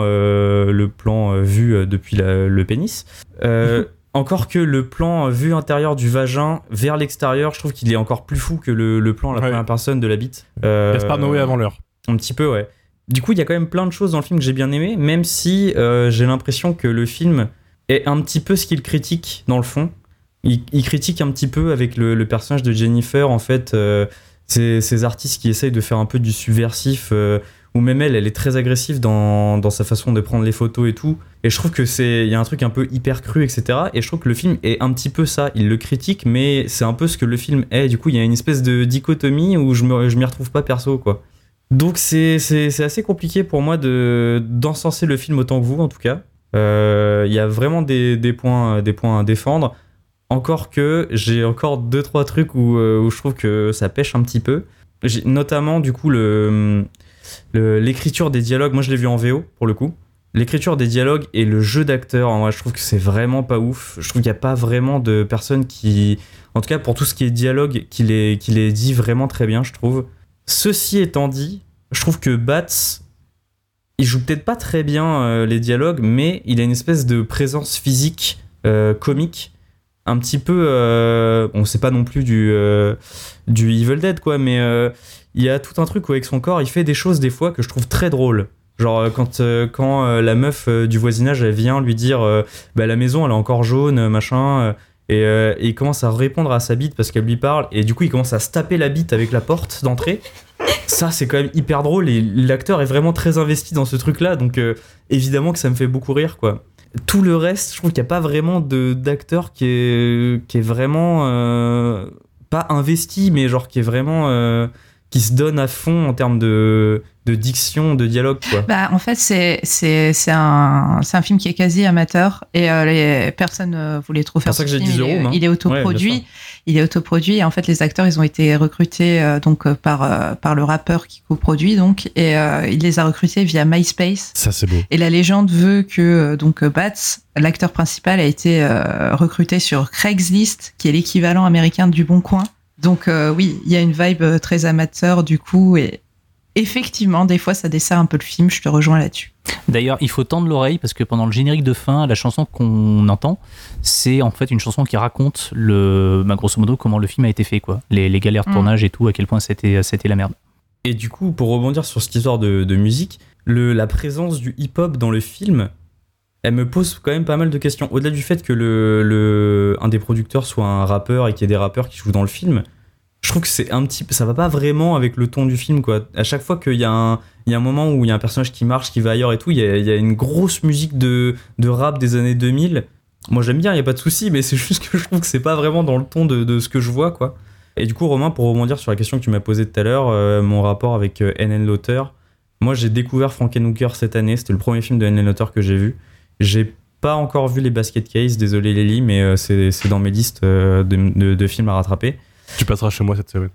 vu depuis le pénis. Encore que le plan vue intérieur du vagin vers l'extérieur, je trouve qu'il est encore plus fou que le plan à la première personne de la bite. Gaspard Noé avant l'heure. Un petit peu, ouais. Du coup, il y a quand même plein de choses dans le film que j'ai bien aimé, même si j'ai l'impression que le film est un petit peu ce qu'il critique dans le fond. Il critique un petit peu avec le personnage de Jennifer, en fait, ces artistes qui essayent de faire un peu du subversif, ou même elle est très agressive dans sa façon de prendre les photos et tout. Et je trouve que il y a un truc un peu hyper cru, etc. Et je trouve que le film est un petit peu ça. Il le critique, mais c'est un peu ce que le film est. Du coup, il y a une espèce de dichotomie où je m'y retrouve pas perso, quoi. Donc c'est assez compliqué pour moi d'encenser le film autant que vous, en tout cas. Il y a vraiment des points à défendre. Encore que j'ai encore 2-3 trucs où je trouve que ça pêche un petit peu. Notamment, du coup, l'écriture des dialogues. Moi, je l'ai vu en VO, pour le coup. L'écriture des dialogues et le jeu d'acteur, moi, je trouve que c'est vraiment pas ouf. Je trouve qu'il n'y a pas vraiment de personnes qui... En tout cas, pour tout ce qui est dialogue, qui les dit vraiment très bien, je trouve. Ceci étant dit, je trouve que Bats, il joue peut-être pas très bien les dialogues, mais il a une espèce de présence physique comique, un petit peu... on sait pas non plus du Evil Dead, quoi, mais il y a tout un truc où avec son corps, il fait des choses des fois que je trouve très drôles. Genre quand la meuf du voisinage, elle vient lui dire la maison, elle est encore jaune, machin... Et il commence à répondre à sa bite parce qu'elle lui parle, et du coup il commence à se taper la bite avec la porte d'entrée. Ça, c'est quand même hyper drôle, et l'acteur est vraiment très investi dans ce truc là, donc évidemment que ça me fait beaucoup rire, quoi. Tout le reste, je trouve qu'il n'y a pas vraiment d'acteur qui est vraiment pas investi, mais genre qui est vraiment qui se donne à fond en termes de diction, de dialogue, quoi. En fait, c'est un film qui est quasi amateur et les personnes voulaient trop faire c'est pour ça ce que j'ai film. 10 €. Il est autoproduit. Ouais, il est autoproduit et en fait, les acteurs, ils ont été recrutés par le rappeur qui coproduit donc et il les a recrutés via MySpace. Ça, c'est beau. Et la légende veut que Bats, l'acteur principal, a été recruté sur Craigslist, qui est l'équivalent américain du Bon Coin. Donc oui, il y a une vibe très amateur du coup et effectivement, des fois, ça dessert un peu le film. Je te rejoins là-dessus. D'ailleurs, il faut tendre l'oreille parce que pendant le générique de fin, la chanson qu'on entend, c'est en fait une chanson qui raconte grosso modo comment le film a été fait, quoi. Les galères de tournage et tout, à quel point c'était la merde. Et du coup, pour rebondir sur cette histoire de musique, la présence du hip-hop dans le film, elle me pose quand même pas mal de questions. Au-delà du fait que un des producteurs soit un rappeur et qu'il y ait des rappeurs qui jouent dans le film, je trouve que ça va pas vraiment avec le ton du film, quoi. À chaque fois qu'il y a un moment où il y a un personnage qui marche, qui va ailleurs et tout, il y a une grosse musique de rap des années 2000. Moi j'aime bien, il y a pas de souci, mais c'est juste que je trouve que c'est pas vraiment dans le ton de ce que je vois, quoi. Et du coup, Romain, pour rebondir sur la question que tu m'as posée tout à l'heure, mon rapport avec N.N. Lauter, moi j'ai découvert Frankenhooker cette année, c'était le premier film de N.N. Lauter que j'ai vu. J'ai pas encore vu les Basket Case, désolé Lélie, mais c'est dans mes listes de films à rattraper. Tu passeras chez moi cette semaine.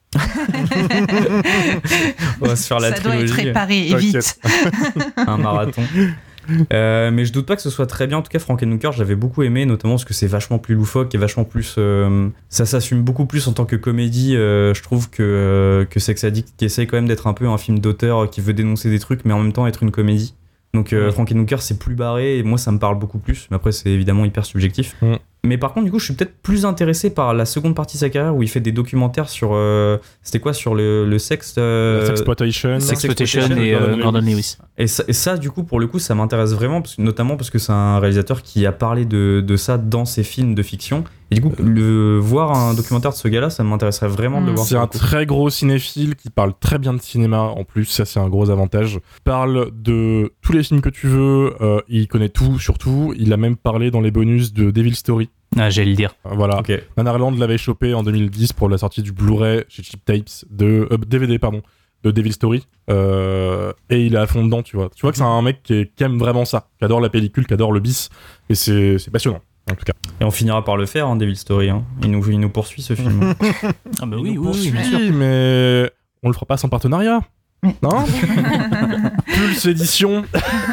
On va se faire la ça trilogie. doit être préparé et vite. Un marathon. Mais je doute pas que ce soit très bien. En tout cas, Frankenhooker, j'avais beaucoup aimé, notamment parce que c'est vachement plus loufoque et vachement plus. Ça s'assume beaucoup plus en tant que comédie. Je trouve que Sex Addict, qui essaye quand même d'être un peu un film d'auteur qui veut dénoncer des trucs, mais en même temps être une comédie. Donc Frankenhooker, c'est plus barré et moi ça me parle beaucoup plus. Mais après, c'est évidemment hyper subjectif. Mais par contre, du coup, je suis peut-être plus intéressé par la seconde partie de sa carrière où il fait des documentaires sur. C'était quoi, sur le sexe Sexploitation. Sexploitation et Gordon Lewis. Et ça, du coup, pour le coup, ça m'intéresse vraiment, notamment parce que c'est un réalisateur qui a parlé de ça dans ses films de fiction. Et du coup, voir un documentaire de ce gars-là, ça m'intéresserait vraiment de le voir. C'est un très gros cinéphile qui parle très bien de cinéma. En plus, ça, c'est un gros avantage. Parle de tous les films que tu veux. Il connaît tout, surtout. Il a même parlé dans les bonus de Devil Story. Ah, j'allais le dire. Voilà. Ok. Nanarland l'avait chopé en 2010 pour la sortie du Blu-ray chez Cheap Tapes DVD, de Devil Story. Et il est à fond dedans, tu vois. Tu vois que c'est un mec qui aime vraiment ça, qui adore la pellicule, qui adore le bis. Et c'est passionnant, en tout cas. Et on finira par le faire, hein, Devil Story. Hein. Il nous poursuit, ce film. Ah bah Il nous oui, bien sûr. poursuit, mais on le fera pas sans partenariat. Non. Pulse édition.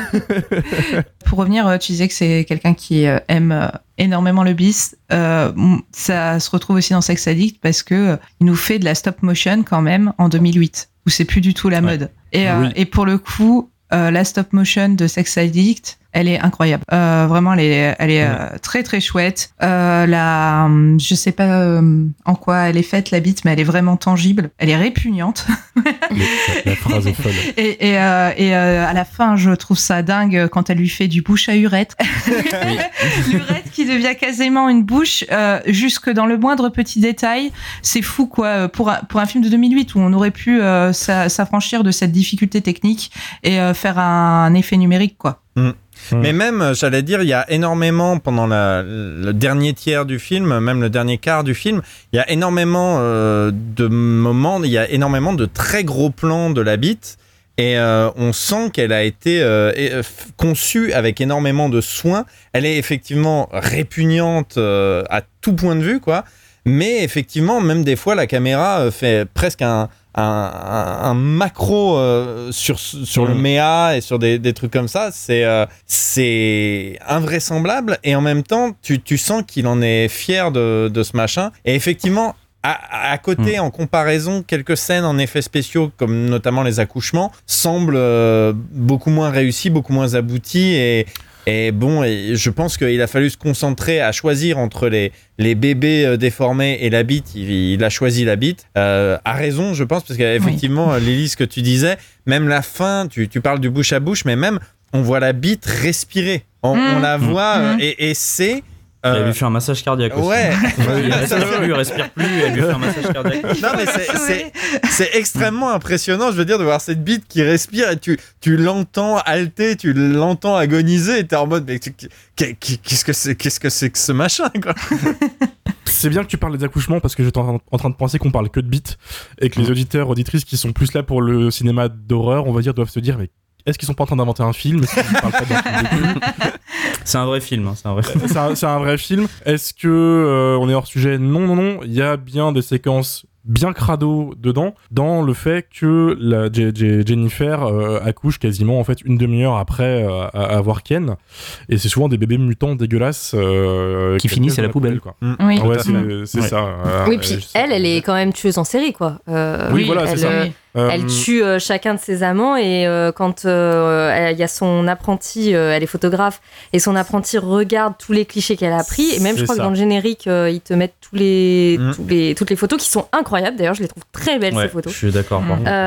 Pour revenir, tu disais que c'est quelqu'un qui aime énormément le bis. Ça se retrouve aussi dans Sex Addict parce que il nous fait de la stop motion quand même en 2008, où c'est plus du tout la mode. Et pour le coup, la stop motion de Sex Addict, elle est incroyable. Vraiment, elle est très très chouette. Je sais pas en quoi elle est faite la bite, mais elle est vraiment tangible. Elle est répugnante. La phrase est folle. Et à la fin, je trouve ça dingue quand elle lui fait du bouche à urètre. L'urètre qui devient quasiment une bouche, jusque dans le moindre petit détail. C'est fou, quoi. Pour un film de 2008 où on aurait pu s'affranchir de cette difficulté technique et faire un effet numérique, quoi. Mais même, j'allais dire, il y a énormément, pendant le dernier tiers du film, même le dernier quart du film, il y a énormément de moments, il y a énormément de très gros plans de la bite, et on sent qu'elle a été conçue avec énormément de soin. Elle est effectivement répugnante à tout point de vue, quoi. Mais effectivement, même des fois, la caméra fait presque un macro sur le méa et sur des trucs comme ça. C'est invraisemblable, et en même temps tu sens qu'il en est fier de ce machin. Et effectivement, à côté, en comparaison, quelques scènes en effets spéciaux, comme notamment les accouchements, semblent beaucoup moins réussies, beaucoup moins abouties. Et bon, je pense qu'il a fallu se concentrer à choisir entre les bébés déformés et la bite. Il a choisi la bite. À raison, je pense, parce qu'effectivement, Lily, ce que tu disais, même la fin, tu parles du bouche à bouche, mais même, on voit la bite respirer. On la voit, et c'est... Elle lui fait un massage cardiaque aussi. Ouais. Il respire plus, elle lui fait un massage cardiaque. Non, mais c'est extrêmement impressionnant, je veux dire, de voir cette bite qui respire, et tu l'entends halter, tu l'entends agoniser, et t'es en mode, mais qu'est-ce que c'est que ce machin, quoi. C'est bien que tu parles des accouchements parce que j'étais en train de penser qu'on parle que de bites et que les auditeurs, auditrices qui sont plus là pour le cinéma d'horreur, on va dire, doivent se dire mais est-ce qu'ils sont pas en train d'inventer un film? Est-ce qu'ils parlent pas d'un film de cul? C'est un vrai film, c'est un vrai film. C'est un vrai film. Est-ce que on est hors sujet? Non. Il y a bien des séquences bien crado dedans, dans le fait que Jennifer accouche quasiment en fait une demi-heure après avoir Ken, et c'est souvent des bébés mutants dégueulasses qui finissent à la poubelle, quoi. Oui, Ouais, c'est ça. Oui, puis elle est quand même tueuse en série, quoi. Oui, voilà, c'est ça. Elle tue chacun de ses amants, et quand il y a son apprenti, elle est photographe, et son apprenti regarde tous les clichés qu'elle a pris, et même je crois que dans le générique, ils te mettent toutes les photos qui sont incroyables, d'ailleurs je les trouve très belles, ces photos. Je suis d'accord.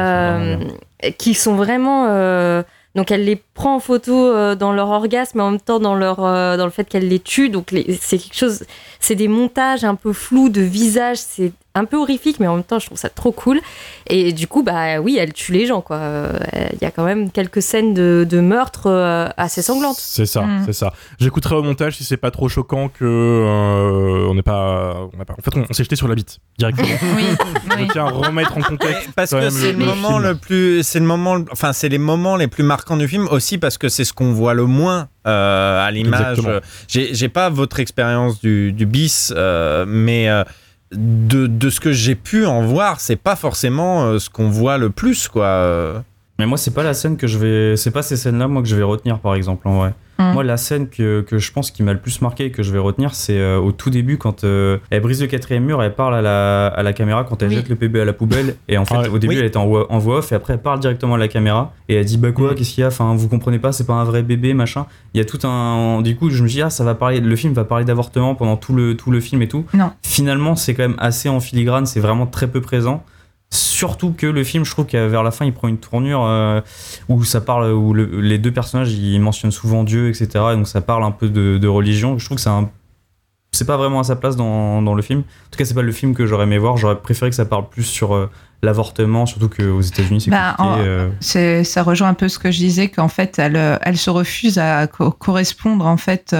Qui sont vraiment... Donc elle les prend en photo dans leur orgasme, mais en même temps dans le fait qu'elle les tue. Donc c'est quelque chose, c'est des montages un peu flous de visages, c'est un peu horrifique, mais en même temps je trouve ça trop cool. Et du coup, bah oui, elle tue les gens, quoi. Il y a quand même quelques scènes de meurtre assez sanglantes. C'est ça, c'est ça. J'écouterai au montage si c'est pas trop choquant que on n'est pas. En fait, on s'est jeté sur la bite directement. Oui. Je tiens à remettre en contexte. Parce que c'est le moment le plus, c'est les moments les plus marquants du film aussi, parce que c'est ce qu'on voit le moins à l'image. Exactement. J'ai pas votre expérience du bis, mais de ce que j'ai pu en voir, c'est pas forcément ce qu'on voit le plus, quoi. Mais moi, c'est pas la scène c'est pas ces scènes-là, moi, que je vais retenir, par exemple, en vrai. Moi, la scène que je pense qui m'a le plus marqué et que je vais retenir, c'est au tout début, quand elle brise le 4e mur, elle parle à la caméra quand elle jette le bébé à la poubelle. Et en fait, au début, elle était en voix off, et après, elle parle directement à la caméra. Et elle dit, bah quoi, qu'est-ce qu'il y a? Enfin, vous comprenez pas, c'est pas un vrai bébé, machin. Il y a tout un. Du coup, je me dis, le film va parler d'avortement pendant tout le film et tout. Non. Finalement, c'est quand même assez en filigrane, c'est vraiment très peu présent. Surtout que le film, je trouve qu'à vers la fin, il prend une tournure où ça parle, où les deux personnages, ils mentionnent souvent Dieu, etc. Et donc ça parle un peu de religion. Je trouve que c'est pas vraiment à sa place dans le film. En tout cas, c'est pas le film que j'aurais aimé voir. J'aurais préféré que ça parle plus sur l'avortement, surtout qu'aux États-Unis, c'est compliqué. Ça rejoint un peu ce que je disais, qu'en fait, elle se refuse à correspondre en fait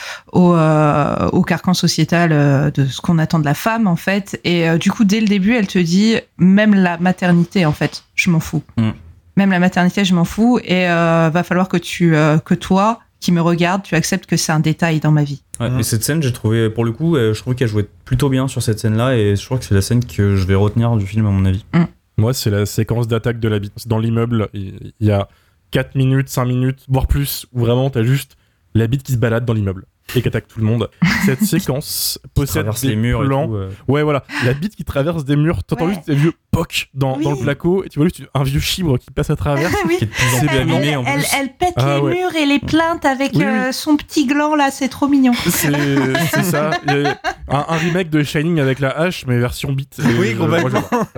au carcan sociétal de ce qu'on attend de la femme, en fait. Et du coup, dès le début, elle te dit, même la maternité, en fait, je m'en fous. Même la maternité, je m'en fous. Et va falloir que toi, qui me regarde, tu acceptes que c'est un détail dans ma vie. Ouais, et cette scène, j'ai trouvé, pour le coup, je trouve qu'elle jouait plutôt bien sur cette scène-là, et je crois que c'est la scène que je vais retenir du film, à mon avis. Moi, c'est la séquence d'attaque de la bite. Dans l'immeuble, il y a 4 minutes, 5 minutes, voire plus, où vraiment t'as juste la bite qui se balade dans l'immeuble et qui attaque tout le monde. Cette séquence possède des les murs plans. et tout, Ouais, voilà. La bite qui traverse des murs, t'entends juste des vieux pocs dans le placo, et tu vois juste un vieux chibre qui passe à travers. Qui est de plus en plus abîmé en plus. Elle pète les murs et les plaintes avec son petit gland là, c'est trop mignon. C'est ça. Il y a un remake de Shining avec la hache, mais version bite. Oui, complètement.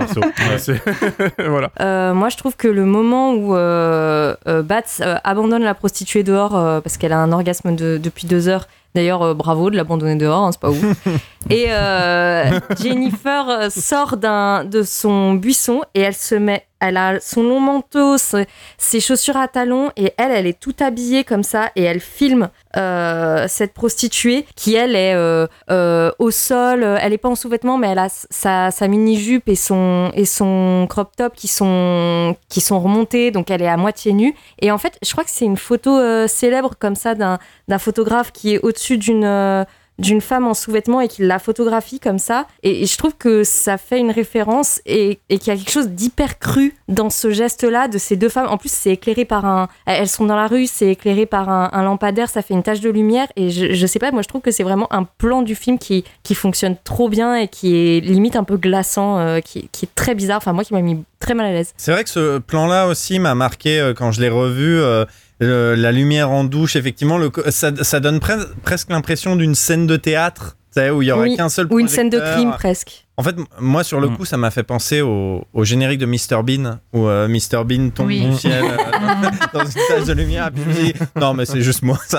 Voilà. Moi, je trouve que le moment où Bats abandonne la prostituée dehors parce qu'elle a un orgasme depuis 2 heures. D'ailleurs, bravo de l'abandonner dehors, hein, c'est pas ouf. Et Jennifer sort de son buisson et elle a son long manteau, ses chaussures à talons, et elle est toute habillée comme ça, et elle filme cette prostituée qui, elle, est au sol. Elle est pas en sous-vêtements, mais elle a sa mini-jupe et son crop top qui sont remontés, donc elle est à moitié nue. Et en fait, je crois que c'est une photo célèbre comme ça d'un photographe qui est au-dessus d'une femme en sous-vêtements et qui la photographie comme ça, et je trouve que ça fait une référence et qu'il y a quelque chose d'hyper cru dans ce geste-là de ces deux femmes. En plus, c'est éclairé elles sont dans la rue, c'est éclairé par un lampadaire, ça fait une tache de lumière, et je sais pas, moi je trouve que c'est vraiment un plan du film qui fonctionne trop bien et qui est limite un peu glaçant, qui est très bizarre, enfin moi qui m'a mis très mal à l'aise. C'est vrai que ce plan-là aussi m'a marqué quand je l'ai revu. La lumière en douche, effectivement, ça donne presque l'impression d'une scène de théâtre, où il y aurait qu'un seul projecteur. Ou une scène de crime presque. En fait, moi, sur le coup, ça m'a fait penser au générique de Mr Bean, où Mr Bean tombe du ciel dans une tache de lumière, et puis il dit « Non, mais c'est juste moi, ça !»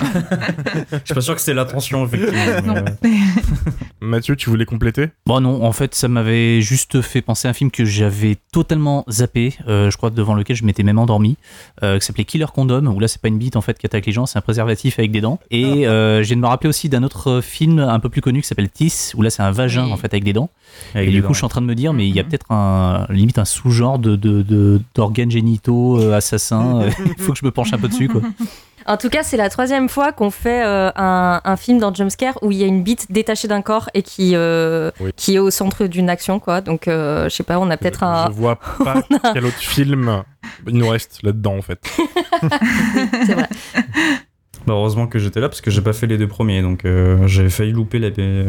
Je suis pas sûr que c'est l'intention, effectivement. Mathieu, tu voulais compléter ? Bon non, en fait, ça m'avait juste fait penser à un film que j'avais totalement zappé, je crois devant lequel je m'étais même endormi, qui s'appelait Killer Condom, où là c'est pas une bite en fait qui attaque les gens, c'est un préservatif avec des dents. Et je viens de me rappeler aussi d'un autre film un peu plus connu qui s'appelle Teeth, où là c'est un vagin en fait avec des dents. Et du coup, je suis en train de me dire, mais il y a peut-être limite un sous-genre d'organes génitaux assassins. Il faut que je me penche un peu dessus, quoi. En tout cas, c'est la 3e fois qu'on fait un film dans Jumpscare où il y a une bite détachée d'un corps et qui est au centre d'une action, quoi. Donc, je sais pas, on a peut-être Je vois pas quel autre film il nous reste là-dedans, en fait. C'est vrai. Bah heureusement que j'étais là parce que j'ai pas fait les 2 premiers, donc j'ai failli louper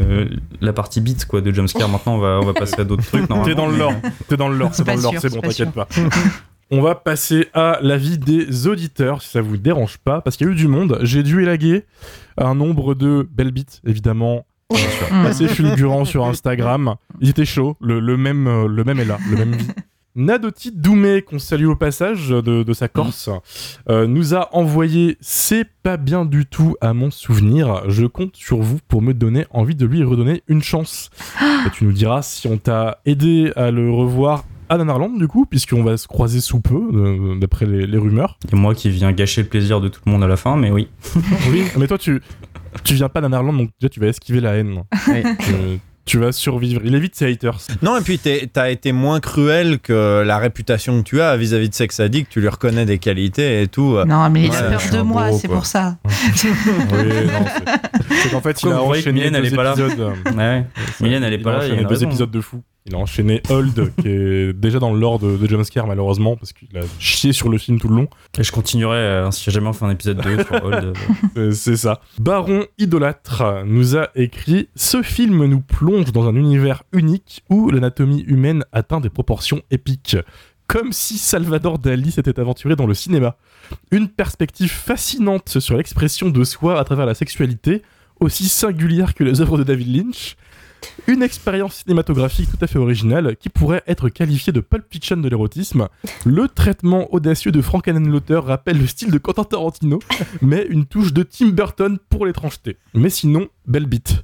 la partie beat quoi de Jumpscare. Maintenant on va passer à d'autres trucs. T'es dans le lore, c'est dans le lore, c'est bon, t'inquiète pas. On va passer à l'avis des auditeurs, si ça vous dérange pas, parce qu'il y a eu du monde. J'ai dû élaguer un nombre de belles beats, évidemment, assez fulgurant sur Instagram. Ils étaient chauds, le même est là, le même vit. Nadoti Doumé, qu'on salue au passage de sa Corse, nous a envoyé « C'est pas bien du tout à mon souvenir. Je compte sur vous pour me donner envie de lui redonner une chance. » Et tu nous diras si on t'a aidé à le revoir à Nanarland, du coup, puisqu'on va se croiser sous peu, d'après les rumeurs. Et moi qui viens gâcher le plaisir de tout le monde à la fin, mais oui. Oui, mais toi, tu viens pas d'Anarland, donc déjà, tu vas esquiver la haine. Oui. Tu vas survivre. Il évite ses haters. Non, et puis t'as été moins cruel que la réputation que tu as vis-à-vis de Sex Addict. Tu lui reconnais des qualités et tout. Non, mais il a peur de moi, c'est pour ça. Oui, non, c'est qu'en fait, il a enchaîné 2 épisodes. Ouais. Mylène, elle est pas là. Il y a 2 épisodes de fou. Il a enchaîné Hold, qui est déjà dans le lore de Jumpscare, malheureusement, parce qu'il a chié sur le film tout le long. Et je continuerai, si jamais on fait un épisode 2 sur Hold. C'est ça. Baron Idolâtre nous a écrit « Ce film nous plonge dans un univers unique où l'anatomie humaine atteint des proportions épiques. Comme si Salvador Dali s'était aventuré dans le cinéma. Une perspective fascinante sur l'expression de soi à travers la sexualité, aussi singulière que les œuvres de David Lynch. Une expérience cinématographique tout à fait originale qui pourrait être qualifiée de Pulp Fiction de l'érotisme. Le traitement audacieux de Frank Henenlotter rappelle le style de Quentin Tarantino, mais une touche de Tim Burton pour l'étrangeté. Mais sinon, belle bite.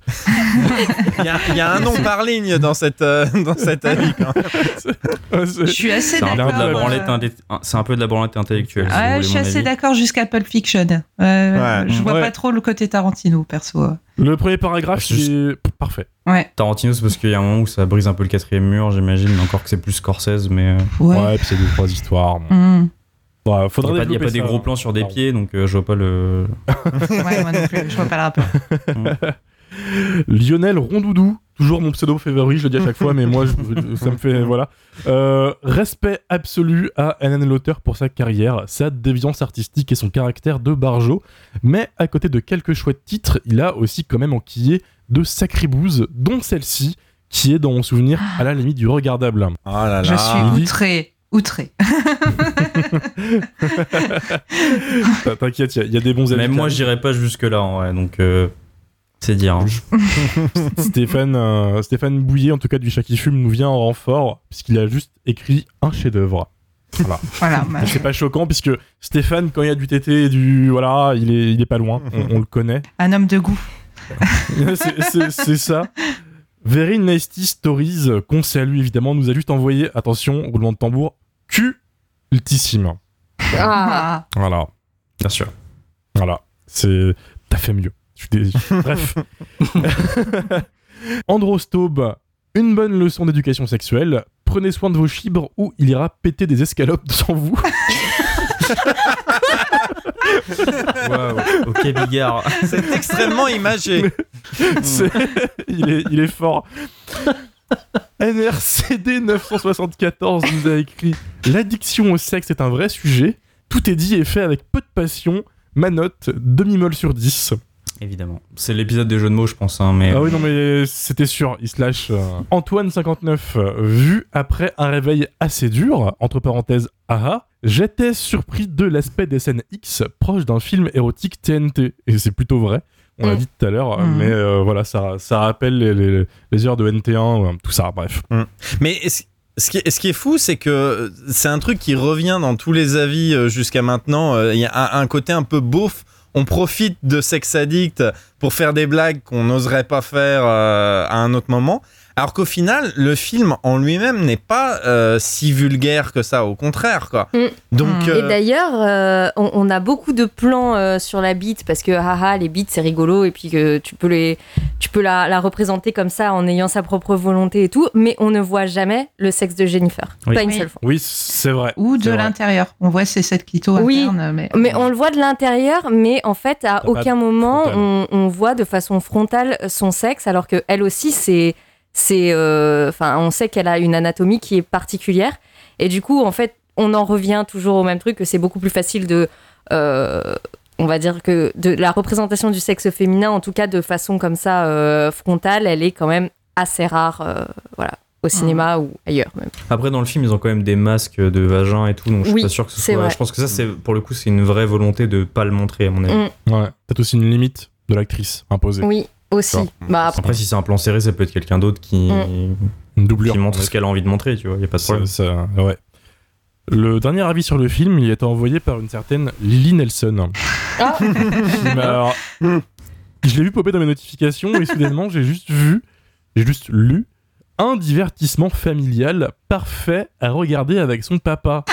Il y a un nom par ligne dans cette avis. Je suis assez d'accord. C'est un peu de la branlette intellectuelle. Ouais, je suis assez d'accord jusqu'à Pulp Fiction. Je vois pas trop le côté Tarantino, perso. Le premier paragraphe, c'est parfait. Ouais. Tarantino, c'est parce qu'il y a un moment où ça brise un peu le 4e mur, j'imagine, mais encore que c'est plus Scorsese, mais... Ouais, puis c'est 2-3 histoires. Ouais, il n'y a pas des gros plans sur des pieds, donc je vois pas le... Ouais, moi non plus, je vois pas le rapport. Lionel Rondoudou, toujours mon pseudo favori, je le dis à chaque fois, mais moi, ça me fait... Voilà. Respect absolu à Henenlotter pour sa carrière, sa déviance artistique et son caractère de barjo, mais à côté de quelques chouettes titres, il a aussi quand même enquillé de sacrées bouses, dont celle-ci, qui est dans mon souvenir à la limite du regardable. Oh là là. Je suis outré. T'inquiète, il y a des bons amis. Même moi, j'irais pas jusque-là, en vrai, donc... C'est dire. Hein. Stéphane Bouillet, en tout cas du Chat qui fume, nous vient en renfort, puisqu'il a juste écrit un chef-d'œuvre. Voilà. C'est pas choquant, puisque Stéphane, quand il y a du tété et du... Voilà, il est pas loin, on le connaît. Un homme de goût. c'est ça. Very Nasty Stories, qu'on salue évidemment, nous a juste envoyé, attention, roulement de tambour, cultissime. Ah. Voilà. Bien sûr. Voilà. T'as fait mieux. Bref. Androstaube, une bonne leçon d'éducation sexuelle. Prenez soin de vos chibres ou il ira péter des escalopes sans vous. Waouh, ok Bigard. C'est extrêmement imagé. Il est fort. NRCD 974 nous a écrit « L'addiction au sexe est un vrai sujet. Tout est dit et fait avec peu de passion. Ma note, demi-molle sur 10. » Évidemment. C'est l'épisode des jeux de mots, je pense. Mais... Ah oui, non, mais c'était sûr, il se lâche. Antoine59, vu après un réveil assez dur, entre parenthèses, aha, j'étais surpris de l'aspect des scènes X proche d'un film érotique TNT. Et c'est plutôt vrai. on l'a dit tout à l'heure, mais voilà, ça rappelle les heures de NT1, tout ça, bref. Mais ce qui est fou, c'est que c'est un truc qui revient dans tous les avis jusqu'à maintenant. Il y a un côté un peu beauf. On profite de Sex Addict pour faire des blagues qu'on n'oserait pas faire à un autre moment. Alors qu'au final, le film en lui-même n'est pas si vulgaire que ça, au contraire, quoi. Donc, Et d'ailleurs, on a beaucoup de plans sur la bite parce que les bites c'est rigolo et puis que tu peux la représenter comme ça en ayant sa propre volonté et tout, mais on ne voit jamais le sexe de Jennifer, pas une seule fois. Oui, c'est vrai. Ou de l'intérieur. On voit ses 7 clitos internes. Mais on le voit de l'intérieur, mais en fait, à aucun moment on voit de façon frontale son sexe, alors qu'elle aussi, on sait qu'elle a une anatomie qui est particulière. Et du coup, en fait, on en revient toujours au même truc, que c'est beaucoup plus facile on va dire que de la représentation du sexe féminin, en tout cas de façon comme ça frontale, elle est quand même assez rare, au cinéma ou ailleurs même. Après, dans le film, ils ont quand même des masques de vagin et tout, donc je suis pas sûr que ce soit. Vrai. Je pense que ça, pour le coup, c'est une vraie volonté de pas le montrer, à mon avis. Ouais, peut-être aussi une limite de l'actrice imposée. Oui, aussi. Après, si c'est un plan serré, ça peut être quelqu'un d'autre qui montre ce qu'elle a envie de montrer, tu vois, y a pas de problème. Ouais. Le dernier avis sur le film, il a été envoyé par une certaine Lily Nelson. Alors, je l'ai vu popper dans mes notifications et soudainement, j'ai juste lu un divertissement familial parfait à regarder avec son papa.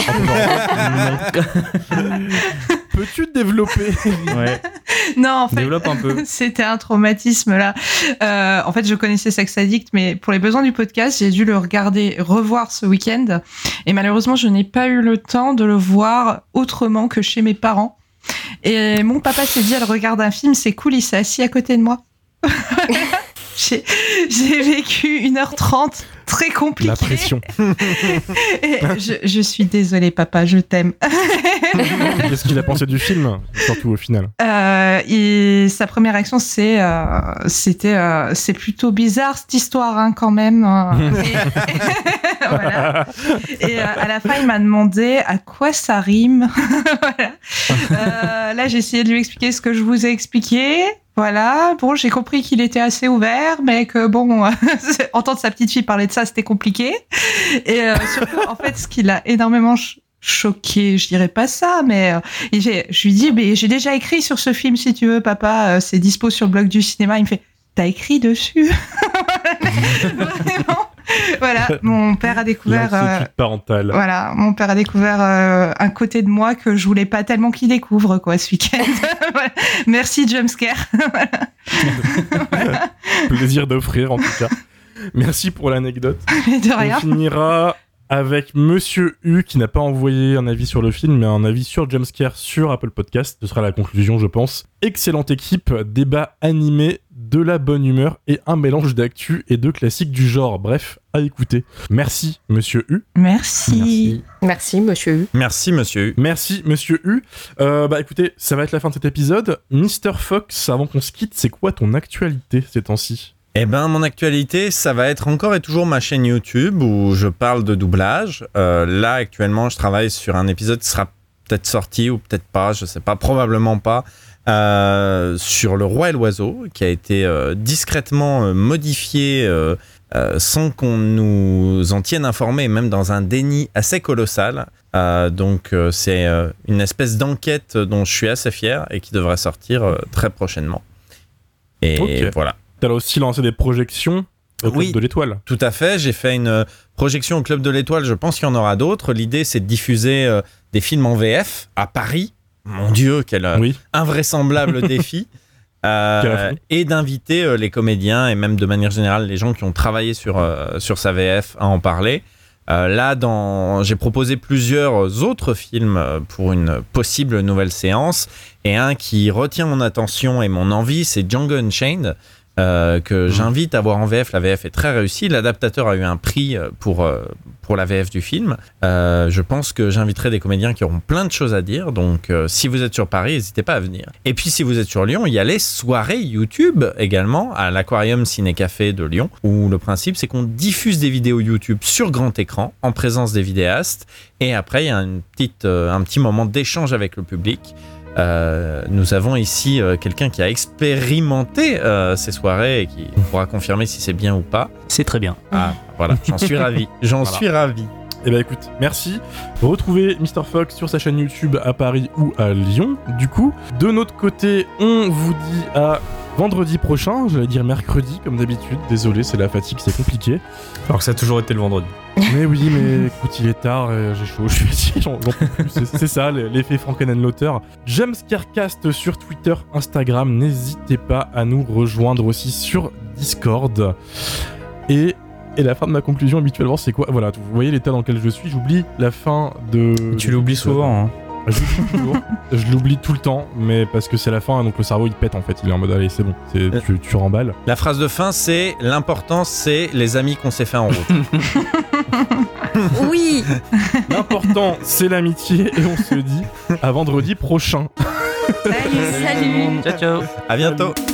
Peux-tu développer? Ouais. Non, en fait, développe un peu. C'était un traumatisme là. En fait, je connaissais Sex Addict, mais pour les besoins du podcast, j'ai dû le revoir ce week-end. Et malheureusement, je n'ai pas eu le temps de le voir autrement que chez mes parents. Et mon papa s'est dit, elle regarde un film, c'est cool, il s'est assis à côté de moi. J'ai vécu 1h30 très compliqué. La pression. Et je suis désolée, papa, je t'aime. Qu'est-ce qu'il a pensé du film, surtout au final? Sa première réaction, c'est plutôt bizarre cette histoire, hein, quand même. Voilà. Et à la fin, il m'a demandé à quoi ça rime. Voilà. Là, j'ai essayé de lui expliquer ce que je vous ai expliqué. Voilà, bon, j'ai compris qu'il était assez ouvert, mais que bon, entendre sa petite fille parler de ça, c'était compliqué. Et surtout, en fait, ce qui l'a énormément choqué, je dirais pas ça, mais je lui dis, mais j'ai déjà écrit sur ce film, si tu veux, papa, c'est dispo sur le blog du cinéma. Il me fait, t'as écrit dessus? Vraiment. Voilà, mon père a découvert. Parentale. Voilà, mon père a découvert un côté de moi que je voulais pas tellement qu'il découvre, quoi, ce week-end. Voilà. Merci Jumpscare. Voilà. Plaisir d'offrir, en tout cas. Merci pour l'anecdote. De rien. On finira avec Monsieur U qui n'a pas envoyé un avis sur le film, mais un avis sur Jumpscare sur Apple Podcast. Ce sera la conclusion, je pense. Excellente équipe, débat animé, de la bonne humeur et un mélange d'actu et de classiques du genre. Bref, à écouter. Merci, Monsieur U. Merci. Merci, Monsieur U. Merci, Monsieur U. Merci, Monsieur U. Écoutez, ça va être la fin de cet épisode. Mr. Fox, avant qu'on se quitte, c'est quoi ton actualité ces temps-ci? Eh ben, mon actualité, ça va être encore et toujours ma chaîne YouTube où je parle de doublage. Là, actuellement, je travaille sur un épisode qui sera peut-être sorti ou peut-être pas, je sais pas, probablement pas, sur Le Roi et l'Oiseau, qui a été discrètement modifié sans qu'on nous en tienne informés, même dans un déni assez colossal. Donc, c'est une espèce d'enquête dont je suis assez fier et qui devrait sortir très prochainement. Et voilà. T'as aussi lancé des projections au Club de l'Étoile. Tout à fait, j'ai fait une projection au Club de l'Étoile, je pense qu'il y en aura d'autres. L'idée, c'est de diffuser des films en VF à Paris. Mon Dieu, quel invraisemblable défi. Et d'inviter les comédiens et même de manière générale les gens qui ont travaillé sur sa VF à en parler. Là, j'ai proposé plusieurs autres films pour une possible nouvelle séance. Et un qui retient mon attention et mon envie, c'est Django Unchained. Que j'invite à voir en VF. La VF est très réussie. L'adaptateur a eu un prix pour la VF du film. Je pense que j'inviterai des comédiens qui auront plein de choses à dire. Donc, si vous êtes sur Paris, n'hésitez pas à venir. Et puis, si vous êtes sur Lyon, il y a les soirées YouTube également à l'Aquarium Ciné Café de Lyon, où le principe, c'est qu'on diffuse des vidéos YouTube sur grand écran en présence des vidéastes. Et après, il y a un petit moment d'échange avec le public. Nous avons ici quelqu'un qui a expérimenté ces soirées et qui pourra confirmer si c'est bien ou pas. C'est très bien. Ah, voilà, j'en suis ravi. Suis ravi. Eh ben écoute, merci. Retrouvez Mr. Fox sur sa chaîne YouTube à Paris ou à Lyon. Du coup, de notre côté, on vous dit à vendredi prochain. J'allais dire mercredi, comme d'habitude. Désolé, c'est la fatigue, c'est compliqué. Alors que ça a toujours été le vendredi. Mais oui, mais écoute, il est tard, j'ai chaud, je suis ici, j'en peux plus. C'est ça, l'effet Frankenheimer. Jumpscarecast sur Twitter, Instagram. N'hésitez pas à nous rejoindre aussi sur Discord. Et la fin de ma conclusion habituellement c'est quoi ? Voilà, vous voyez l'état dans lequel je suis, j'oublie la fin de... Tu l'oublies souvent, hein. Je l'oublie toujours. Je l'oublie tout le temps, mais parce que c'est la fin, donc le cerveau il pète en fait, il est en mode allez c'est bon, tu remballes. La phrase de fin c'est l'important c'est les amis qu'on s'est fait en route. Oui. L'important c'est l'amitié et on se dit à vendredi prochain. Salut. Ciao, ciao. À bientôt.